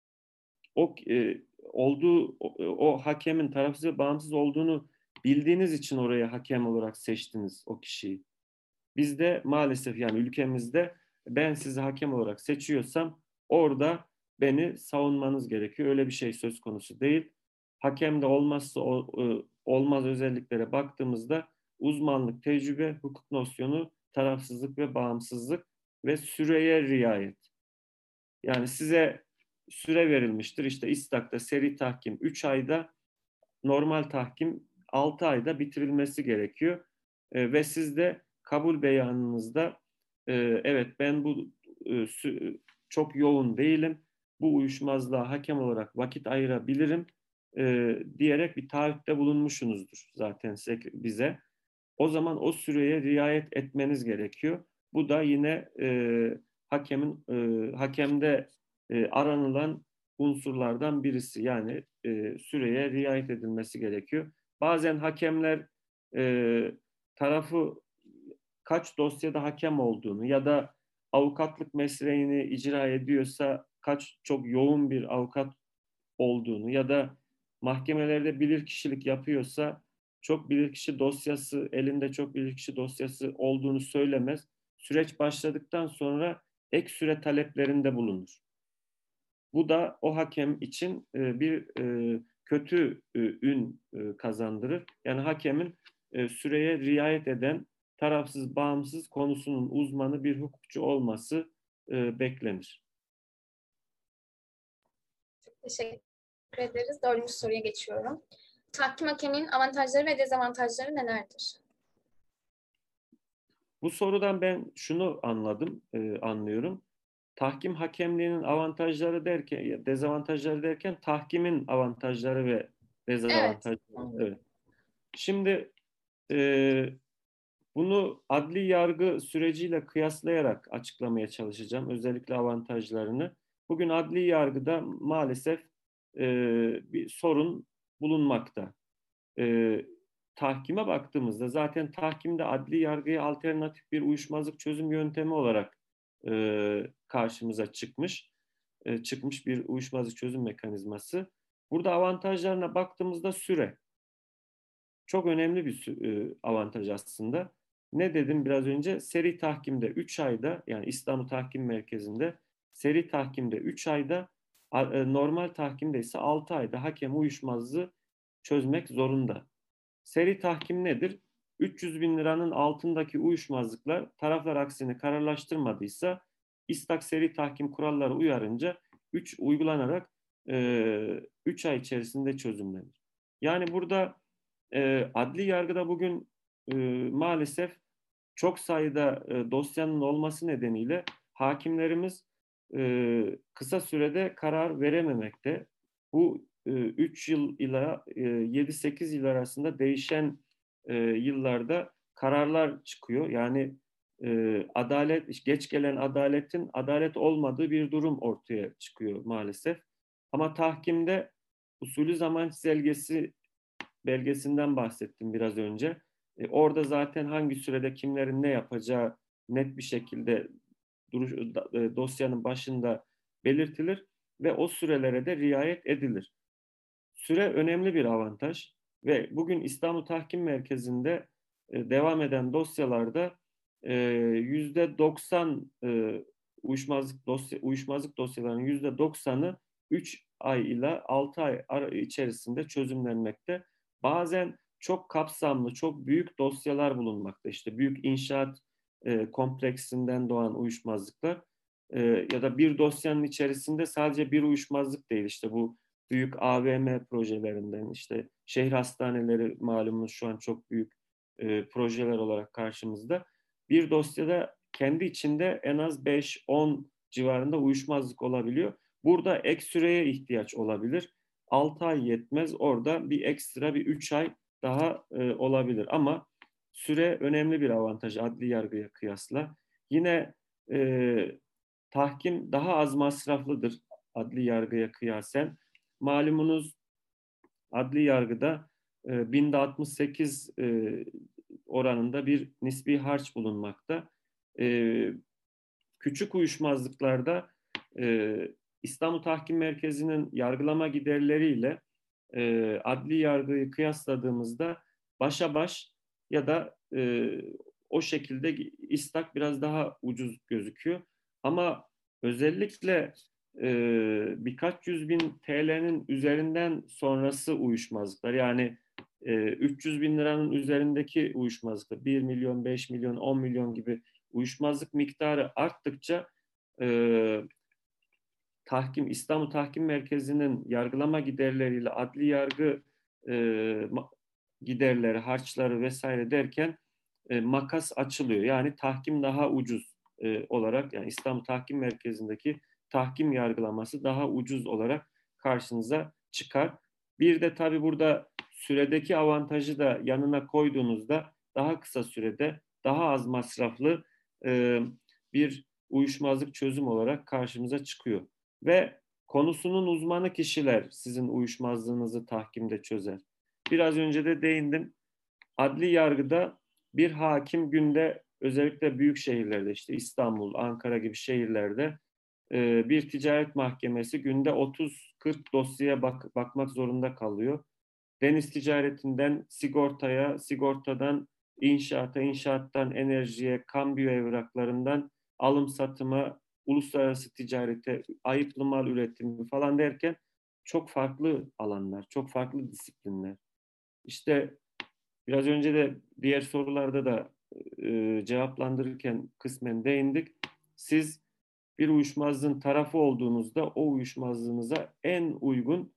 o e, olduğu o, o hakemin tarafsız ve bağımsız olduğunu bildiğiniz için oraya hakem olarak seçtiniz o kişiyi. Bizde maalesef, yani ülkemizde, ben sizi hakem olarak seçiyorsam orada beni savunmanız gerekiyor. Öyle bir şey söz konusu değil. Hakemde olmazsa olmaz özelliklere baktığımızda uzmanlık, tecrübe, hukuk nosyonu, tarafsızlık ve bağımsızlık ve süreye riayet. Yani size süre verilmiştir. İşte İstak'ta seri tahkim üç ayda, normal tahkim altı ayda bitirilmesi gerekiyor. E, ve siz de kabul beyanınızda e, evet ben bu e, çok yoğun değilim, bu uyuşmazlığa hakem olarak vakit ayırabilirim e, diyerek bir taahhütte bulunmuşsunuzdur zaten bize. O zaman o süreye riayet etmeniz gerekiyor. Bu da yine e, hakemin e, hakemde e, aranılan unsurlardan birisi. Yani e, süreye riayet edilmesi gerekiyor. Bazen hakemler e, tarafı kaç dosyada hakem olduğunu ya da avukatlık mesleğini icra ediyorsa kaç çok yoğun bir avukat olduğunu ya da mahkemelerde bilirkişilik yapıyorsa çok bilirkişi dosyası, elinde çok bilirkişi dosyası olduğunu söylemez. Süreç başladıktan sonra ek süre taleplerinde bulunur. Bu da o hakem için bir kötü ün kazandırır. Yani hakemin süreye riayet eden, tarafsız, bağımsız, konusunun uzmanı bir hukukçu olması beklenir. Çok teşekkür ederiz. Dördüncü soruya geçiyorum. Tahkim hakeminin avantajları ve dezavantajları nelerdir? Bu sorudan ben şunu anladım, anlıyorum. Tahkim hakemliğinin avantajları derken, dezavantajları derken tahkimin avantajları ve dezavantajları. Evet. Evet. Şimdi e, bunu adli yargı süreciyle kıyaslayarak açıklamaya çalışacağım. Özellikle avantajlarını. Bugün adli yargıda maalesef e, bir sorun bulunmakta. E, tahkime baktığımızda zaten tahkimde adli yargıya alternatif bir uyuşmazlık çözüm yöntemi olarak e, karşımıza çıkmış. e, çıkmış bir uyuşmazlık çözüm mekanizması. Burada avantajlarına baktığımızda süre. Çok önemli bir e, avantaj aslında. Ne dedim biraz önce? Seri tahkimde üç ayda, yani İstanbul Tahkim Merkezi'nde seri tahkimde üç ayda, e, normal tahkimde ise altı ayda hakem uyuşmazlığı çözmek zorunda. Seri tahkim nedir? üç yüz bin liranın altındaki uyuşmazlıklar taraflar aksini kararlaştırmadıysa İstak seri tahkim kuralları uyarınca üç uygulanarak üç ay içerisinde çözümlenir. Yani burada e, adli yargıda bugün e, maalesef çok sayıda e, dosyanın olması nedeniyle hakimlerimiz e, kısa sürede karar verememekte. Bu üç yıl ile yedi sekiz yıl arasında değişen e, yıllarda kararlar çıkıyor. Yani e, adalet, geç gelen adaletin adalet olmadığı bir durum ortaya çıkıyor maalesef. Ama tahkimde usulü zaman çizelgesi belgesinden bahsettim biraz önce. E, orada zaten hangi sürede kimlerin ne yapacağı net bir şekilde duruş, e, dosyanın başında belirtilir ve o sürelere de riayet edilir. Süre önemli bir avantaj ve bugün İstanbul Tahkim Merkezi'nde e, devam eden dosyalarda e, yüzde doksan e, uyuşmazlık dosya uyuşmazlık dosyalarının yüzde doksanı üç ay ile altı ay içerisinde çözümlenmekte. Bazen çok kapsamlı, çok büyük dosyalar bulunmakta. İşte büyük inşaat e, kompleksinden doğan uyuşmazlıklar e, ya da bir dosyanın içerisinde sadece bir uyuşmazlık değil. İşte bu büyük A V M projelerinden, işte şehir hastaneleri malumunuz şu an çok büyük e, projeler olarak karşımızda. Bir dosyada kendi içinde en az beş on civarında uyuşmazlık olabiliyor. Burada ek süreye ihtiyaç olabilir. altı ay yetmez. Orada bir ekstra bir üç ay daha e, olabilir. Ama süre önemli bir avantaj adli yargıya kıyasla. Yine e, tahkim daha az masraflıdır adli yargıya kıyasen. Malumunuz adli yargıda e, binde altmış sekiz e, oranında bir nispi harç bulunmakta. E, küçük uyuşmazlıklarda e, İstanbul Tahkim Merkezi'nin yargılama giderleriyle e, adli yargıyı kıyasladığımızda başa baş ya da e, o şekilde İstak biraz daha ucuz gözüküyor. Ama özellikle e, birkaç yüz bin T L'nin üzerinden sonrası uyuşmazlıklar, yani e, üç yüz bin liranın üzerindeki uyuşmazlıklar, bir milyon, beş milyon, on milyon gibi uyuşmazlık miktarı arttıkça e, tahkim İstanbul Tahkim Merkezi'nin yargılama giderleriyle adli yargı e, giderleri, harçları vesaire derken e, makas açılıyor. Yani tahkim daha ucuz e, olarak, yani İstanbul Tahkim Merkezi'ndeki tahkim yargılaması daha ucuz olarak karşınıza çıkar. Bir de tabii burada süredeki avantajı da yanına koyduğunuzda daha kısa sürede daha az masraflı e, bir uyuşmazlık çözüm olarak karşımıza çıkıyor. Ve konusunun uzmanı kişiler sizin uyuşmazlığınızı tahkimde çözer. Biraz önce de değindim. Adli yargıda bir hakim günde, özellikle büyük şehirlerde, işte İstanbul, Ankara gibi şehirlerde bir ticaret mahkemesi günde otuz kırk dosyaya bak bakmak zorunda kalıyor. Deniz ticaretinden sigortaya, sigortadan inşaata, inşaattan enerjiye, kambiyo evraklarından alım satıma, uluslararası ticarete, ayıplı mal üretimi falan derken çok farklı alanlar, çok farklı disiplinler. İşte biraz önce de diğer sorularda da e, cevaplandırırken kısmen değindik. Siz bir uyuşmazlığın tarafı olduğunuzda o uyuşmazlığınıza en uygun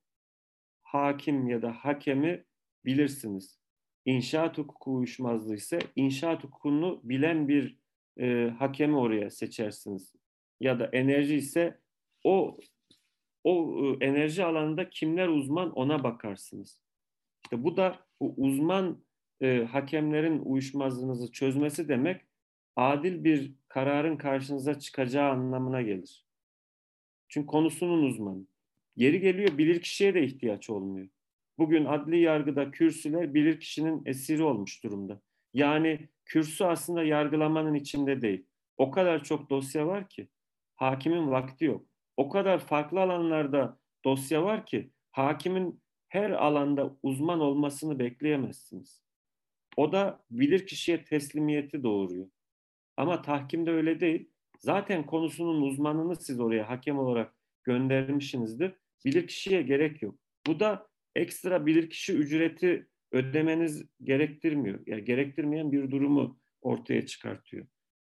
hakim ya da hakemi bilirsiniz. İnşaat hukuku uyuşmazlığı ise inşaat hukukunu bilen bir e, hakemi oraya seçersiniz. Ya da enerji ise o o e, enerji alanında kimler uzman ona bakarsınız. İşte bu da bu uzman e, hakemlerin uyuşmazlığınızı çözmesi demek, adil bir kararın karşınıza çıkacağı anlamına gelir. Çünkü konusunun uzmanı. Yeri geliyor bilirkişiye de ihtiyaç olmuyor. Bugün adli yargıda kürsüler bilirkişinin esiri olmuş durumda. Yani kürsü aslında yargılamanın içinde değil. O kadar çok dosya var ki hakimin vakti yok. O kadar farklı alanlarda dosya var ki hakimin her alanda uzman olmasını bekleyemezsiniz. O da bilirkişiye teslimiyeti doğuruyor. Ama tahkimde öyle değil. Zaten konusunun uzmanını siz oraya hakem olarak göndermişsinizdir. Bilirkişiye gerek yok. Bu da ekstra bilirkişi ücreti ödemeniz gerektirmiyor. Yani gerektirmeyen bir durumu ortaya çıkartıyor.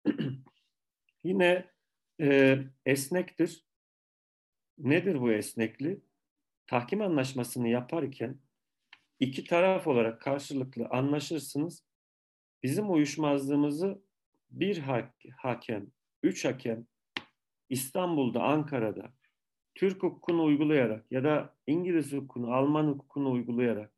Yine e, esnektir. Nedir bu esneklik? Tahkim anlaşmasını yaparken iki taraf olarak karşılıklı anlaşırsınız. Bizim uyuşmazlığımızı bir hakem, üç hakem İstanbul'da, Ankara'da Türk hukukunu uygulayarak ya da İngiliz hukukunu, Alman hukukunu uygulayarak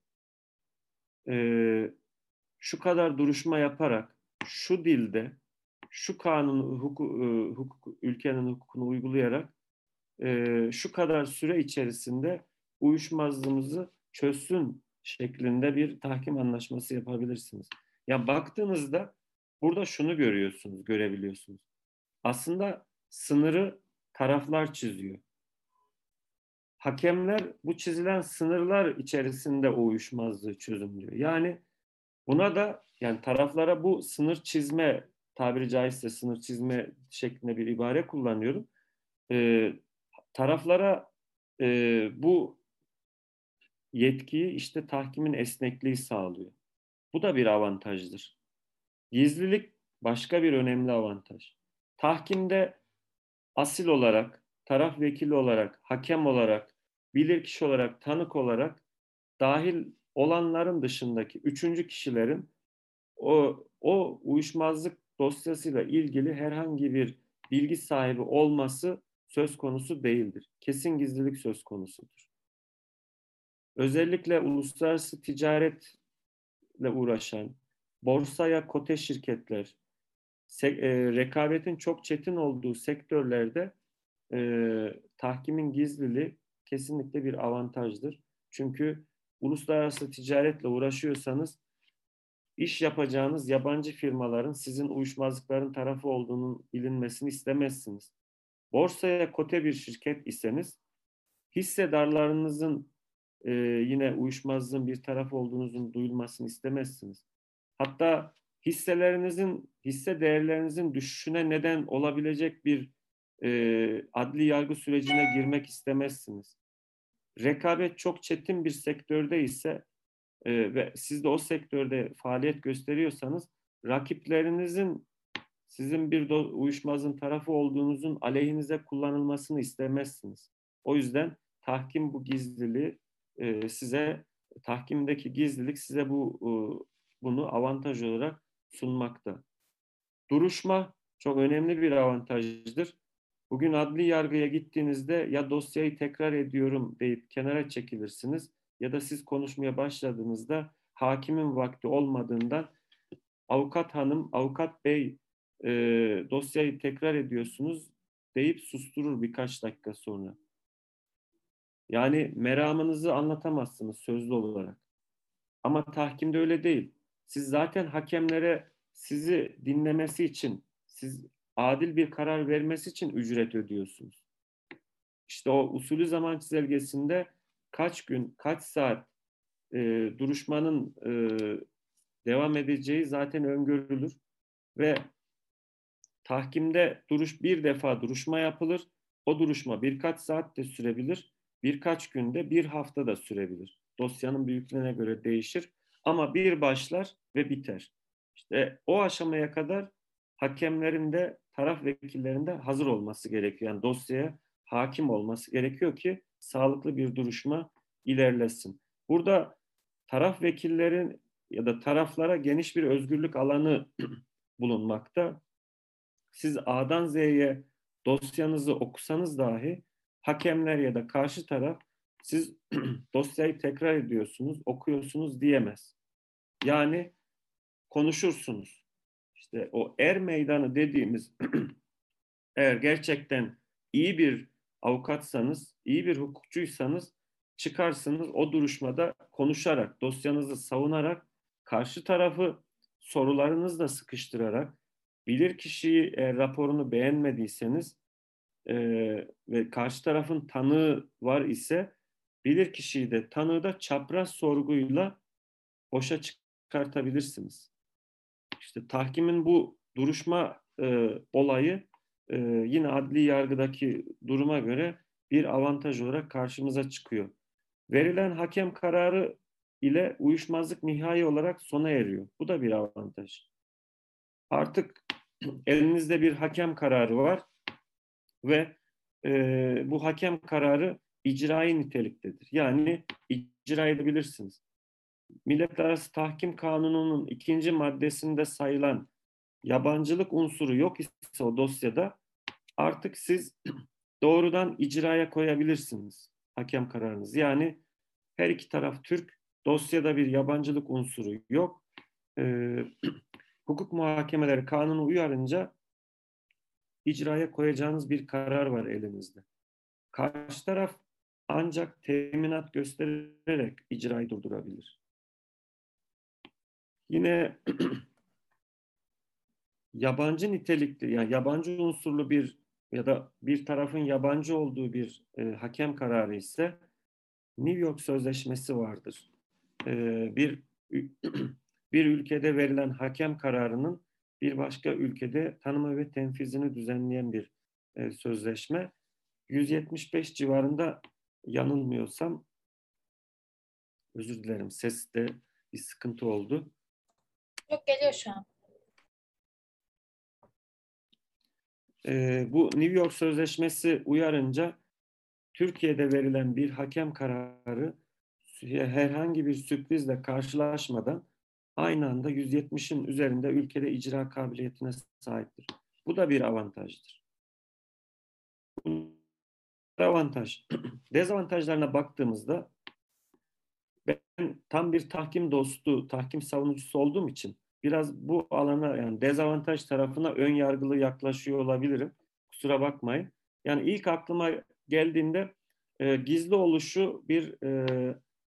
e, şu kadar duruşma yaparak şu dilde, şu kanun hukuk, e, hukuk ülkenin hukukunu uygulayarak e, şu kadar süre içerisinde uyuşmazlığımızı çözsün şeklinde bir tahkim anlaşması yapabilirsiniz. Ya baktığınızda burada şunu görüyorsunuz, görebiliyorsunuz. Aslında sınırı taraflar çiziyor. Hakemler bu çizilen sınırlar içerisinde o uyuşmazlığı çözümlüyor. Yani buna da yani taraflara bu sınır çizme, tabiri caizse sınır çizme şeklinde bir ibare kullanıyorum. Ee, taraflara e, bu yetkiyi işte tahkimin esnekliği sağlıyor. Bu da bir avantajdır. Gizlilik başka bir önemli avantaj. Tahkimde asil olarak, taraf vekili olarak, hakem olarak, bilirkişi olarak, tanık olarak dahil olanların dışındaki üçüncü kişilerin o, o uyuşmazlık dosyasıyla ilgili herhangi bir bilgi sahibi olması söz konusu değildir. Kesin gizlilik söz konusudur. Özellikle uluslararası ticaretle uğraşan, borsaya kote şirketler, se- e, rekabetin çok çetin olduğu sektörlerde e, tahkimin gizliliği kesinlikle bir avantajdır. Çünkü uluslararası ticaretle uğraşıyorsanız iş yapacağınız yabancı firmaların sizin uyuşmazlıkların tarafı olduğunun bilinmesini istemezsiniz. Borsaya kote bir şirket iseniz hissedarlarınızın e, yine uyuşmazlığın bir tarafı olduğunuzun duyulmasını istemezsiniz. Hatta hisselerinizin, hisse değerlerinizin düşüşüne neden olabilecek bir e, adli yargı sürecine girmek istemezsiniz. Rekabet çok çetin bir sektörde ise e, ve siz de o sektörde faaliyet gösteriyorsanız rakiplerinizin sizin bir uyuşmazın tarafı olduğunuzun aleyhinize kullanılmasını istemezsiniz. O yüzden tahkim bu gizliliği e, size tahkimdeki gizlilik size bu e, bunu avantaj olarak sunmakta. Duruşma çok önemli bir avantajdır. Bugün adli yargıya gittiğinizde ya dosyayı tekrar ediyorum deyip kenara çekilirsiniz ya da siz konuşmaya başladığınızda hakimin vakti olmadığından avukat hanım, avukat bey e, dosyayı tekrar ediyorsunuz deyip susturur birkaç dakika sonra. Yani meramınızı anlatamazsınız sözlü olarak. Ama tahkimde öyle değil. Siz zaten hakemlere sizi dinlemesi için, siz adil bir karar vermesi için ücret ödüyorsunuz. İşte o usulü zaman çizelgesinde kaç gün, kaç saat e, duruşmanın e, devam edeceği zaten öngörülür ve tahkimde duruş bir defa duruşma yapılır. O duruşma birkaç saat de sürebilir, birkaç günde, bir hafta da sürebilir. Dosyanın büyüklüğüne göre değişir ama bir başlar ve biter. İşte o aşamaya kadar hakemlerin de taraf vekillerinin de hazır olması gerekiyor. Yani dosyaya hakim olması gerekiyor ki sağlıklı bir duruşma ilerlesin. Burada taraf vekillerin ya da taraflara geniş bir özgürlük alanı bulunmakta. Siz A'dan Z'ye dosyanızı okusanız dahi hakemler ya da karşı taraf siz dosyayı tekrar ediyorsunuz, okuyorsunuz diyemez. Yani konuşursunuz. İşte o er meydanı dediğimiz eğer gerçekten iyi bir avukatsanız, iyi bir hukukçuysanız çıkarsınız o duruşmada konuşarak, dosyanızı savunarak, karşı tarafı sorularınızla sıkıştırarak, bilirkişiyi eğer raporunu beğenmediyseniz e, ve karşı tarafın tanığı var ise bilirkişiyi de tanığı da çapraz sorguyla boşa çıkartabilirsiniz. İşte tahkimin bu duruşma e, olayı e, yine adli yargıdaki duruma göre bir avantaj olarak karşımıza çıkıyor. Verilen hakem kararı ile uyuşmazlık nihai olarak sona eriyor. Bu da bir avantaj. Artık elinizde bir hakem kararı var ve e, bu hakem kararı icrai niteliktedir. Yani icra edebilirsiniz. Milletler Arası Tahkim Kanunu'nun ikinci maddesinde sayılan yabancılık unsuru yok ise o dosyada artık siz doğrudan icraya koyabilirsiniz hakem kararınızı. Yani her iki taraf Türk, dosyada bir yabancılık unsuru yok. Ee, hukuk muhakemeleri kanunu uyarınca icraya koyacağınız bir karar var elinizde. Karşı taraf ancak teminat göstererek icrayı durdurabilir. Yine yabancı nitelikli, yani yabancı unsurlu bir ya da bir tarafın yabancı olduğu bir e, hakem kararı ise New York Sözleşmesi vardır. E, bir bir ülkede verilen hakem kararının bir başka ülkede tanıma ve tenfizini düzenleyen bir e, sözleşme. yüz yetmiş beş civarında yanılmıyorsam, özür dilerim, seste bir sıkıntı oldu. Yok, geliyor şu an. E, bu New York Sözleşmesi uyarınca Türkiye'de verilen bir hakem kararı herhangi bir sürprizle karşılaşmadan aynı anda yüz yetmişin üzerinde ülkede icra kabiliyetine sahiptir. Bu da bir avantajdır. Avantaj. Dezavantajlarına baktığımızda ben tam bir tahkim dostu, tahkim savunucusu olduğum için biraz bu alana, yani dezavantaj tarafına ön yargılı yaklaşıyor olabilirim. Kusura bakmayın. Yani ilk aklıma geldiğinde e, gizli oluşu bir e,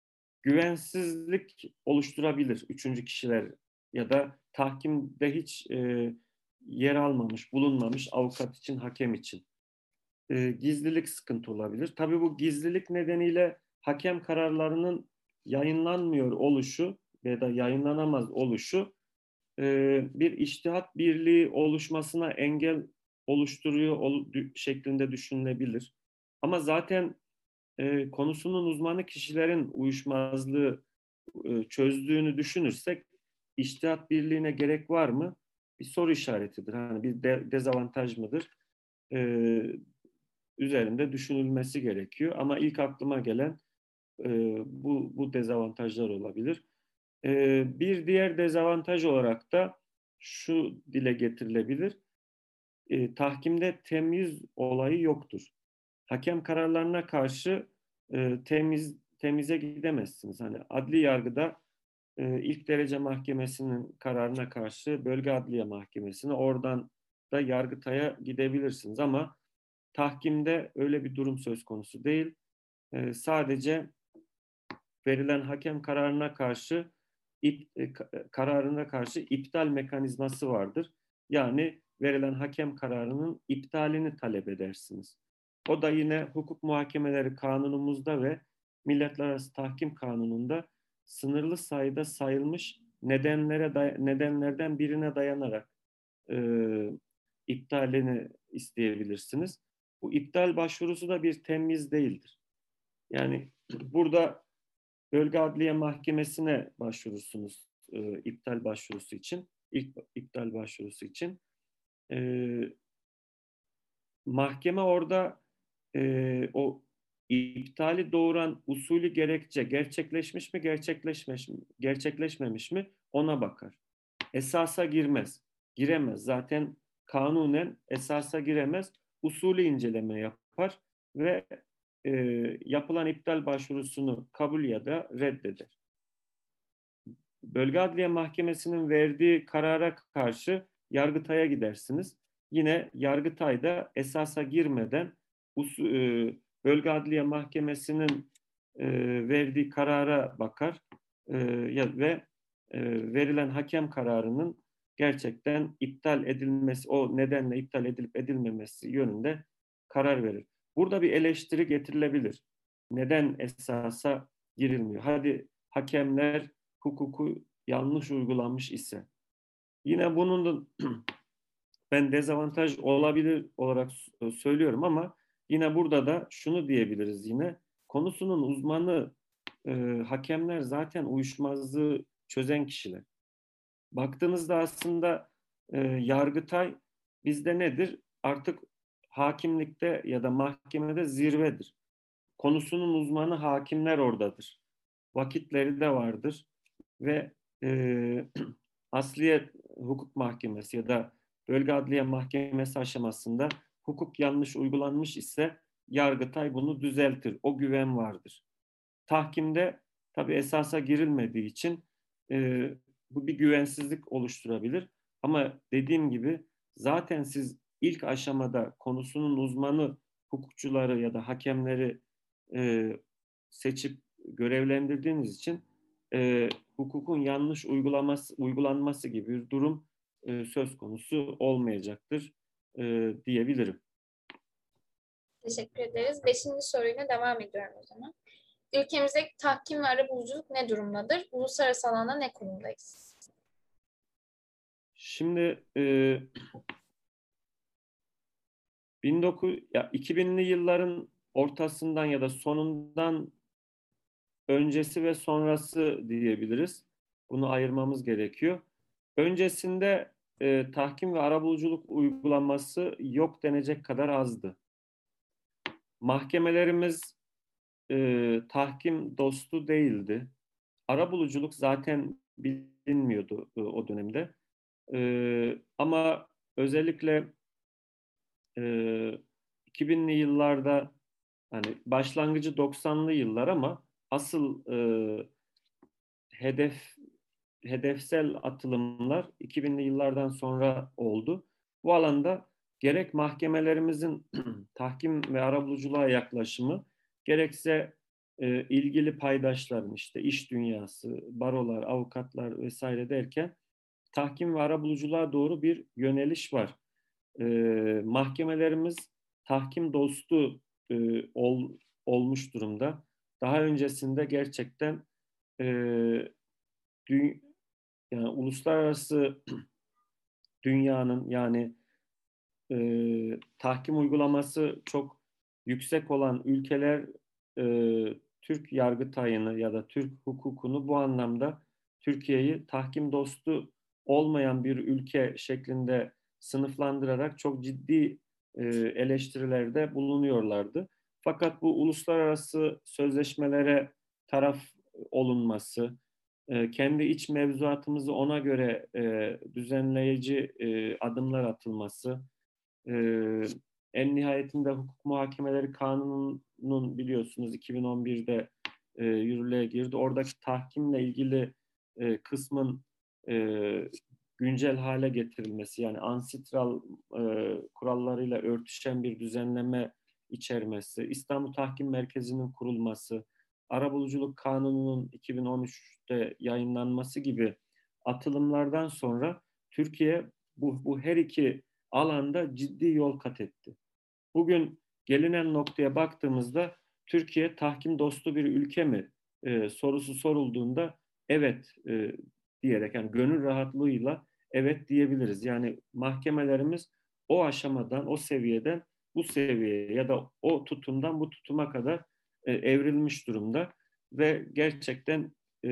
güvensizlik oluşturabilir üçüncü kişiler ya da tahkimde hiç e, yer almamış, bulunmamış avukat için, hakem için. E, gizlilik sıkıntı olabilir. Tabii bu gizlilik nedeniyle hakem kararlarının yayınlanmıyor oluşu ya da yayınlanamaz oluşu e, bir içtihat birliği oluşmasına engel oluşturuyor ol, şeklinde düşünülebilir. Ama zaten e, konusunun uzmanı kişilerin uyuşmazlığı e, çözdüğünü düşünürsek içtihat birliğine gerek var mı? Bir soru işaretidir. Hani bir de, dezavantaj mıdır? E, üzerinde düşünülmesi gerekiyor. Ama ilk aklıma gelen e, bu, bu dezavantajlar olabilir. E, bir diğer dezavantaj olarak da şu dile getirilebilir. E, tahkimde temyiz olayı yoktur. Hakem kararlarına karşı e, temiz temize gidemezsiniz. Hani adli yargıda e, ilk derece mahkemesinin kararına karşı bölge adliye mahkemesine, oradan da Yargıtay'a gidebilirsiniz ama tahkimde öyle bir durum söz konusu değil. E, sadece verilen hakem kararına karşı ip, e, kararına karşı iptal mekanizması vardır. Yani verilen hakem kararının iptalini talep edersiniz. O da yine hukuk muhakemeleri kanunumuzda ve Milletler Arası Tahkim Kanunu'nda sınırlı sayıda sayılmış nedenlere nedenlerden birine dayanarak e, iptalini isteyebilirsiniz. Bu iptal başvurusu da bir temyiz değildir. Yani burada Bölge Adliye Mahkemesi'ne başvurursunuz e, iptal başvurusu için. İlk iptal başvurusu için. E, mahkeme orada e, o iptali doğuran usulü gerekçe gerçekleşmiş mi, gerçekleşmemiş mi, gerçekleşmemiş mi ona bakar. Esasa girmez. Giremez. Zaten kanunen esasa giremez. Usulü inceleme yapar ve e, yapılan iptal başvurusunu kabul ya da reddeder. Bölge Adliye Mahkemesi'nin verdiği karara karşı Yargıtay'a gidersiniz. Yine Yargıtay'da esasa girmeden e, Bölge Adliye Mahkemesi'nin e, verdiği karara bakar e, ve e, verilen hakem kararının gerçekten iptal edilmesi, o nedenle iptal edilip edilmemesi yönünde karar verir. Burada bir eleştiri getirilebilir. Neden esasa girilmiyor? Hadi hakemler hukuku yanlış uygulanmış ise. Yine bunun da ben dezavantaj olabilir olarak söylüyorum ama yine burada da şunu diyebiliriz yine. Konusunun uzmanı e, hakemler zaten uyuşmazlığı çözen kişiler. Baktığınızda aslında e, Yargıtay bizde nedir? Artık hakimlikte ya da mahkemede zirvedir. Konusunun uzmanı hakimler oradadır. Vakitleri de vardır ve e, Asliye Hukuk Mahkemesi ya da Bölge Adliye Mahkemesi aşamasında hukuk yanlış uygulanmış ise Yargıtay bunu düzeltir. O güven vardır. Tahkimde tabii esasa girilmediği için e, bu bir güvensizlik oluşturabilir. Ama dediğim gibi zaten siz ilk aşamada konusunun uzmanı hukukçuları ya da hakemleri e, seçip görevlendirdiğiniz için e, hukukun yanlış uygulaması, uygulanması gibi bir durum e, söz konusu olmayacaktır e, diyebilirim. Teşekkür ederiz. Beşinci soruyla devam ediyorum o zaman. Ülkemizdeki tahkim ve arabuluculuk ne durumdadır? Uluslararası alanda ne konumdayız? Şimdi e, bin dokuz ya iki binli yılların ortasından ya da sonundan öncesi ve sonrası diyebiliriz. Bunu ayırmamız gerekiyor. Öncesinde e, tahkim ve arabuluculuk uygulanması yok denecek kadar azdı. Mahkemelerimiz e, tahkim dostu değildi. Arabuluculuk zaten bilinmiyordu e, o dönemde. E, ama özellikle e, iki binli yıllarda hani başlangıcı doksanlı yıllar ama asıl e, hedef hedefsel atılımlar iki binli yıllardan sonra oldu. Bu alanda gerek mahkemelerimizin tahkim ve arabuluculuğa yaklaşımı gerekse e, ilgili paydaşların işte iş dünyası, barolar, avukatlar vesaire derken tahkim ve arabuluculuğa doğru bir yöneliş var. E, mahkemelerimiz tahkim dostu e, ol, olmuş durumda. Daha öncesinde gerçekten e, dü, yani uluslararası dünyanın yani e, tahkim uygulaması çok yüksek olan ülkeler e, Türk Yargıtay'ını ya da Türk hukukunu bu anlamda Türkiye'yi tahkim dostu olmayan bir ülke şeklinde sınıflandırarak çok ciddi e, eleştirilerde bulunuyorlardı. Fakat bu uluslararası sözleşmelere taraf olunması, e, kendi iç mevzuatımızı ona göre e, düzenleyici e, adımlar atılması, e, en nihayetinde hukuk muhakemeleri kanununun biliyorsunuz iki bin on birde e, yürürlüğe girdi. Oradaki tahkimle ilgili e, kısmın e, güncel hale getirilmesi yani ancitral e, kurallarıyla örtüşen bir düzenleme içermesi, İstanbul Tahkim Merkezi'nin kurulması, Arabuluculuk Kanunu'nun iki bin on üçte yayınlanması gibi atılımlardan sonra Türkiye bu, bu her iki alanda ciddi yol kat etti. Bugün gelinen noktaya baktığımızda Türkiye tahkim dostu bir ülke mi e, sorusu sorulduğunda evet e, diyerek yani gönül rahatlığıyla evet diyebiliriz. Yani mahkemelerimiz o aşamadan, o seviyeden bu seviyeye ya da o tutumdan bu tutuma kadar e, evrilmiş durumda ve gerçekten e,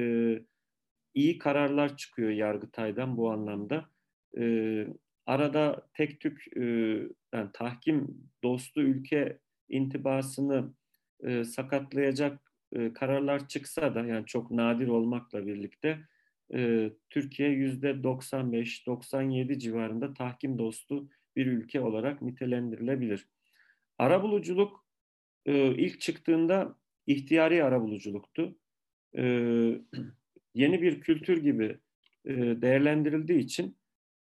iyi kararlar çıkıyor Yargıtay'dan bu anlamda. E, arada tek tük e, yani tahkim dostu ülke intibasını e, sakatlayacak e, kararlar çıksa da yani çok nadir olmakla birlikte e, Türkiye yüzde doksan beş doksan yedi civarında tahkim dostu bir ülke olarak nitelendirilebilir. Arabuluculuk e, ilk çıktığında ihtiyari arabuluculuktu. E, yeni bir kültür gibi e, değerlendirildiği için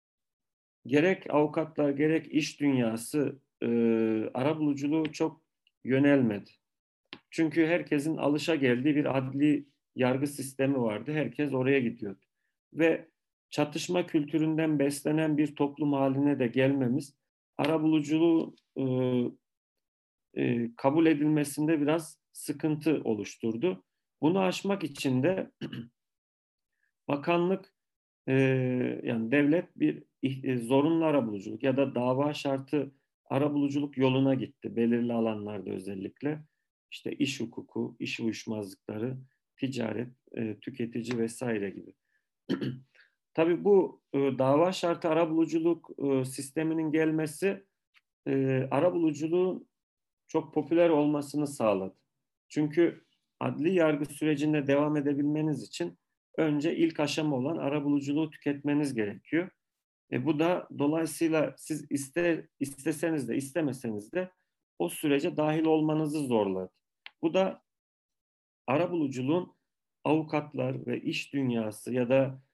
gerek avukatlar gerek iş dünyası e, arabuluculuğu çok yönelmedi. Çünkü herkesin alışa geldiği bir adli yargı sistemi vardı. Herkes oraya gidiyordu. Ve çatışma kültüründen beslenen bir toplum haline de gelmemiz arabuluculuğu e, e, kabul edilmesinde biraz sıkıntı oluşturdu. Bunu aşmak için de bakanlık, e, yani devlet bir e, zorunlu arabuluculuk ya da dava şartı arabuluculuk yoluna gitti. Belirli alanlarda özellikle. İşte iş hukuku, iş uyuşmazlıkları, ticaret, e, tüketici vesaire gibi. Tabii bu e, dava şartı arabuluculuk e, sisteminin gelmesi e, arabuluculuğun çok popüler olmasını sağladı. Çünkü adli yargı sürecinde devam edebilmeniz için önce ilk aşama olan arabuluculuğu tüketmeniz gerekiyor. E bu da dolayısıyla siz iste, isteseniz de istemeseniz de o sürece dahil olmanızı zorladı. Bu da arabuluculuğun avukatlar ve iş dünyası ya da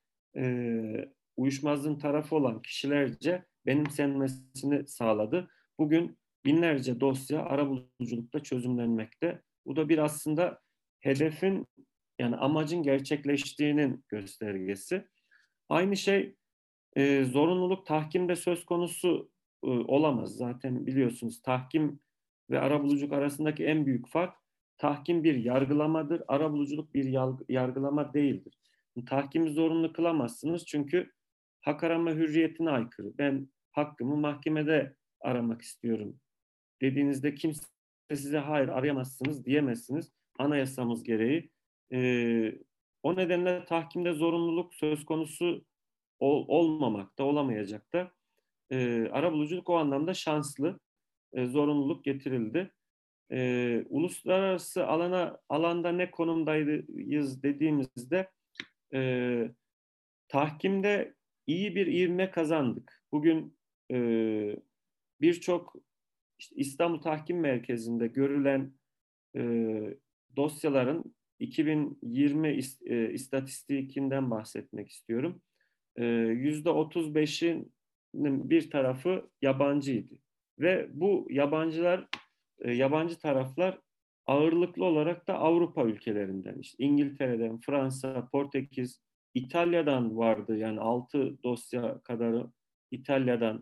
e, uyuşmazlığın tarafı olan kişilerce benimsenmesini sağladı. Bugün binlerce dosya arabuluculukta çözümlenmekte. Bu da bir aslında hedefin, yani amacın gerçekleştiğinin göstergesi. Aynı şey e, zorunluluk tahkimde söz konusu e, olamaz. Zaten biliyorsunuz tahkim ve arabuluculuk arasındaki en büyük fark, tahkim bir yargılamadır, arabuluculuk bir yargılama değildir. Tahkimi zorunlu kılamazsınız çünkü hak arama hürriyetine aykırı. Ben hakkımı mahkemede aramak istiyorum dediğinizde kimse size hayır arayamazsınız diyemezsiniz. Anayasamız gereği. E, o nedenle tahkimde zorunluluk söz konusu ol, olmamakta, olamayacak da. E, arabuluculuk o anlamda şanslı, e, zorunluluk getirildi. E, uluslararası alana alanda ne konumdayız dediğimizde e, tahkimde iyi bir ivme kazandık. Bugün e, birçok işte İstanbul Tahkim Merkezi'nde görülen e, dosyaların iki bin yirmi is, e, istatistiğinden bahsetmek istiyorum. yüzde otuz beşinin bir tarafı yabancıydı. Ve bu yabancılar, e, yabancı taraflar ağırlıklı olarak da Avrupa ülkelerinden, işte İngiltere'den, Fransa, Portekiz, İtalya'dan vardı. Yani altı dosya kadarı İtalya'dan,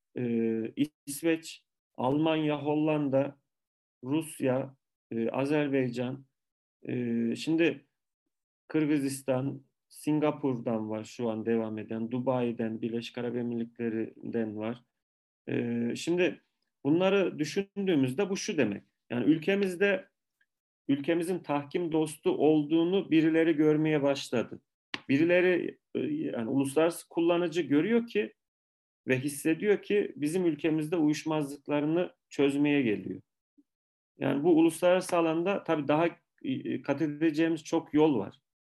e, İsveç, Almanya, Hollanda, Rusya, e, Azerbaycan, e, şimdi Kırgızistan, Singapur'dan var şu an devam eden, Dubai'den, Birleşik Arap Emirlikleri'nden var. Ee, şimdi bunları düşündüğümüzde bu şu demek. Yani ülkemizde ülkemizin tahkim dostu olduğunu birileri görmeye başladı. Birileri, yani uluslararası kullanıcı görüyor ki ve hissediyor ki bizim ülkemizde uyuşmazlıklarını çözmeye geliyor. Yani bu uluslararası alanda tabii daha e, kat edeceğimiz çok yol var.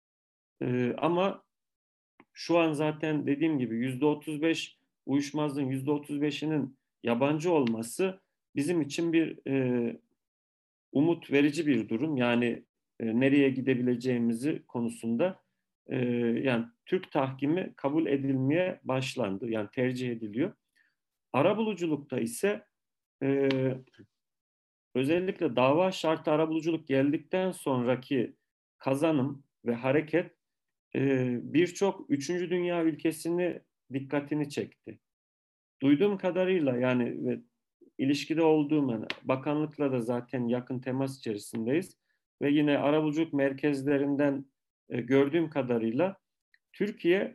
Ee, ama şu an zaten dediğim gibi yüzde otuz beş uyuşmazlığın yüzde otuz beşinin yabancı olması bizim için bir e, umut verici bir durum. Yani e, nereye gidebileceğimizi konusunda e, yani Türk tahkimi kabul edilmeye başlandı. Yani tercih ediliyor. Arabuluculukta ise e, özellikle dava şartı arabuluculuk geldikten sonraki kazanım ve hareket e, birçok üçüncü dünya ülkesini dikkatini çekti. Duyduğum kadarıyla yani ve ilişkide olduğum, yani bakanlıkla da zaten yakın temas içerisindeyiz ve yine arabuluculuk merkezlerinden e, gördüğüm kadarıyla Türkiye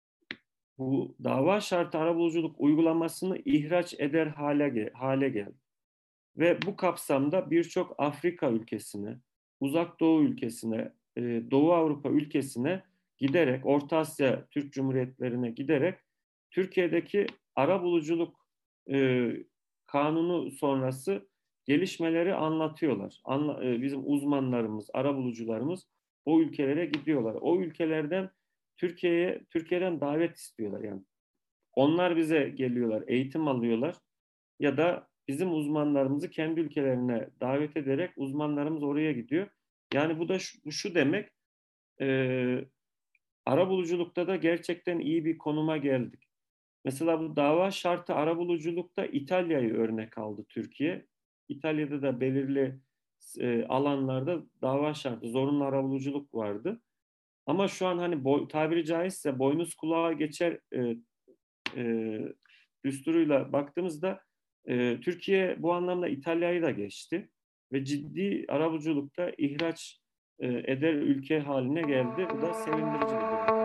bu dava şartı arabuluculuk uygulamasını ihraç eder hale hale geldi. Ve bu kapsamda birçok Afrika ülkesine, Uzak Doğu ülkesine, e, Doğu Avrupa ülkesine giderek, Orta Asya Türk Cumhuriyetlerine giderek Türkiye'deki arabuluculuk e, kanunu sonrası gelişmeleri anlatıyorlar. Anla, e, bizim uzmanlarımız, arabulucularımız o ülkelere gidiyorlar. O ülkelerden Türkiye'ye, Türkiye'den davet istiyorlar. Yani onlar bize geliyorlar, eğitim alıyorlar ya da bizim uzmanlarımızı kendi ülkelerine davet ederek uzmanlarımız oraya gidiyor. Yani bu da şu, şu demek, e, arabuluculukta da gerçekten iyi bir konuma geldik. Mesela bu dava şartı arabuluculukta İtalya'yı örnek aldı Türkiye. İtalya'da da belirli e, alanlarda dava şartı, zorunlu arabuluculuk vardı. Ama şu an hani boy, tabiri caizse boynuz kulağa geçer e, e, düsturuyla baktığımızda E, Türkiye bu anlamda İtalya'yı da geçti ve ciddi arabuluculukta ihraç e, eder ülke haline geldi. Bu da sevindirici bir durum.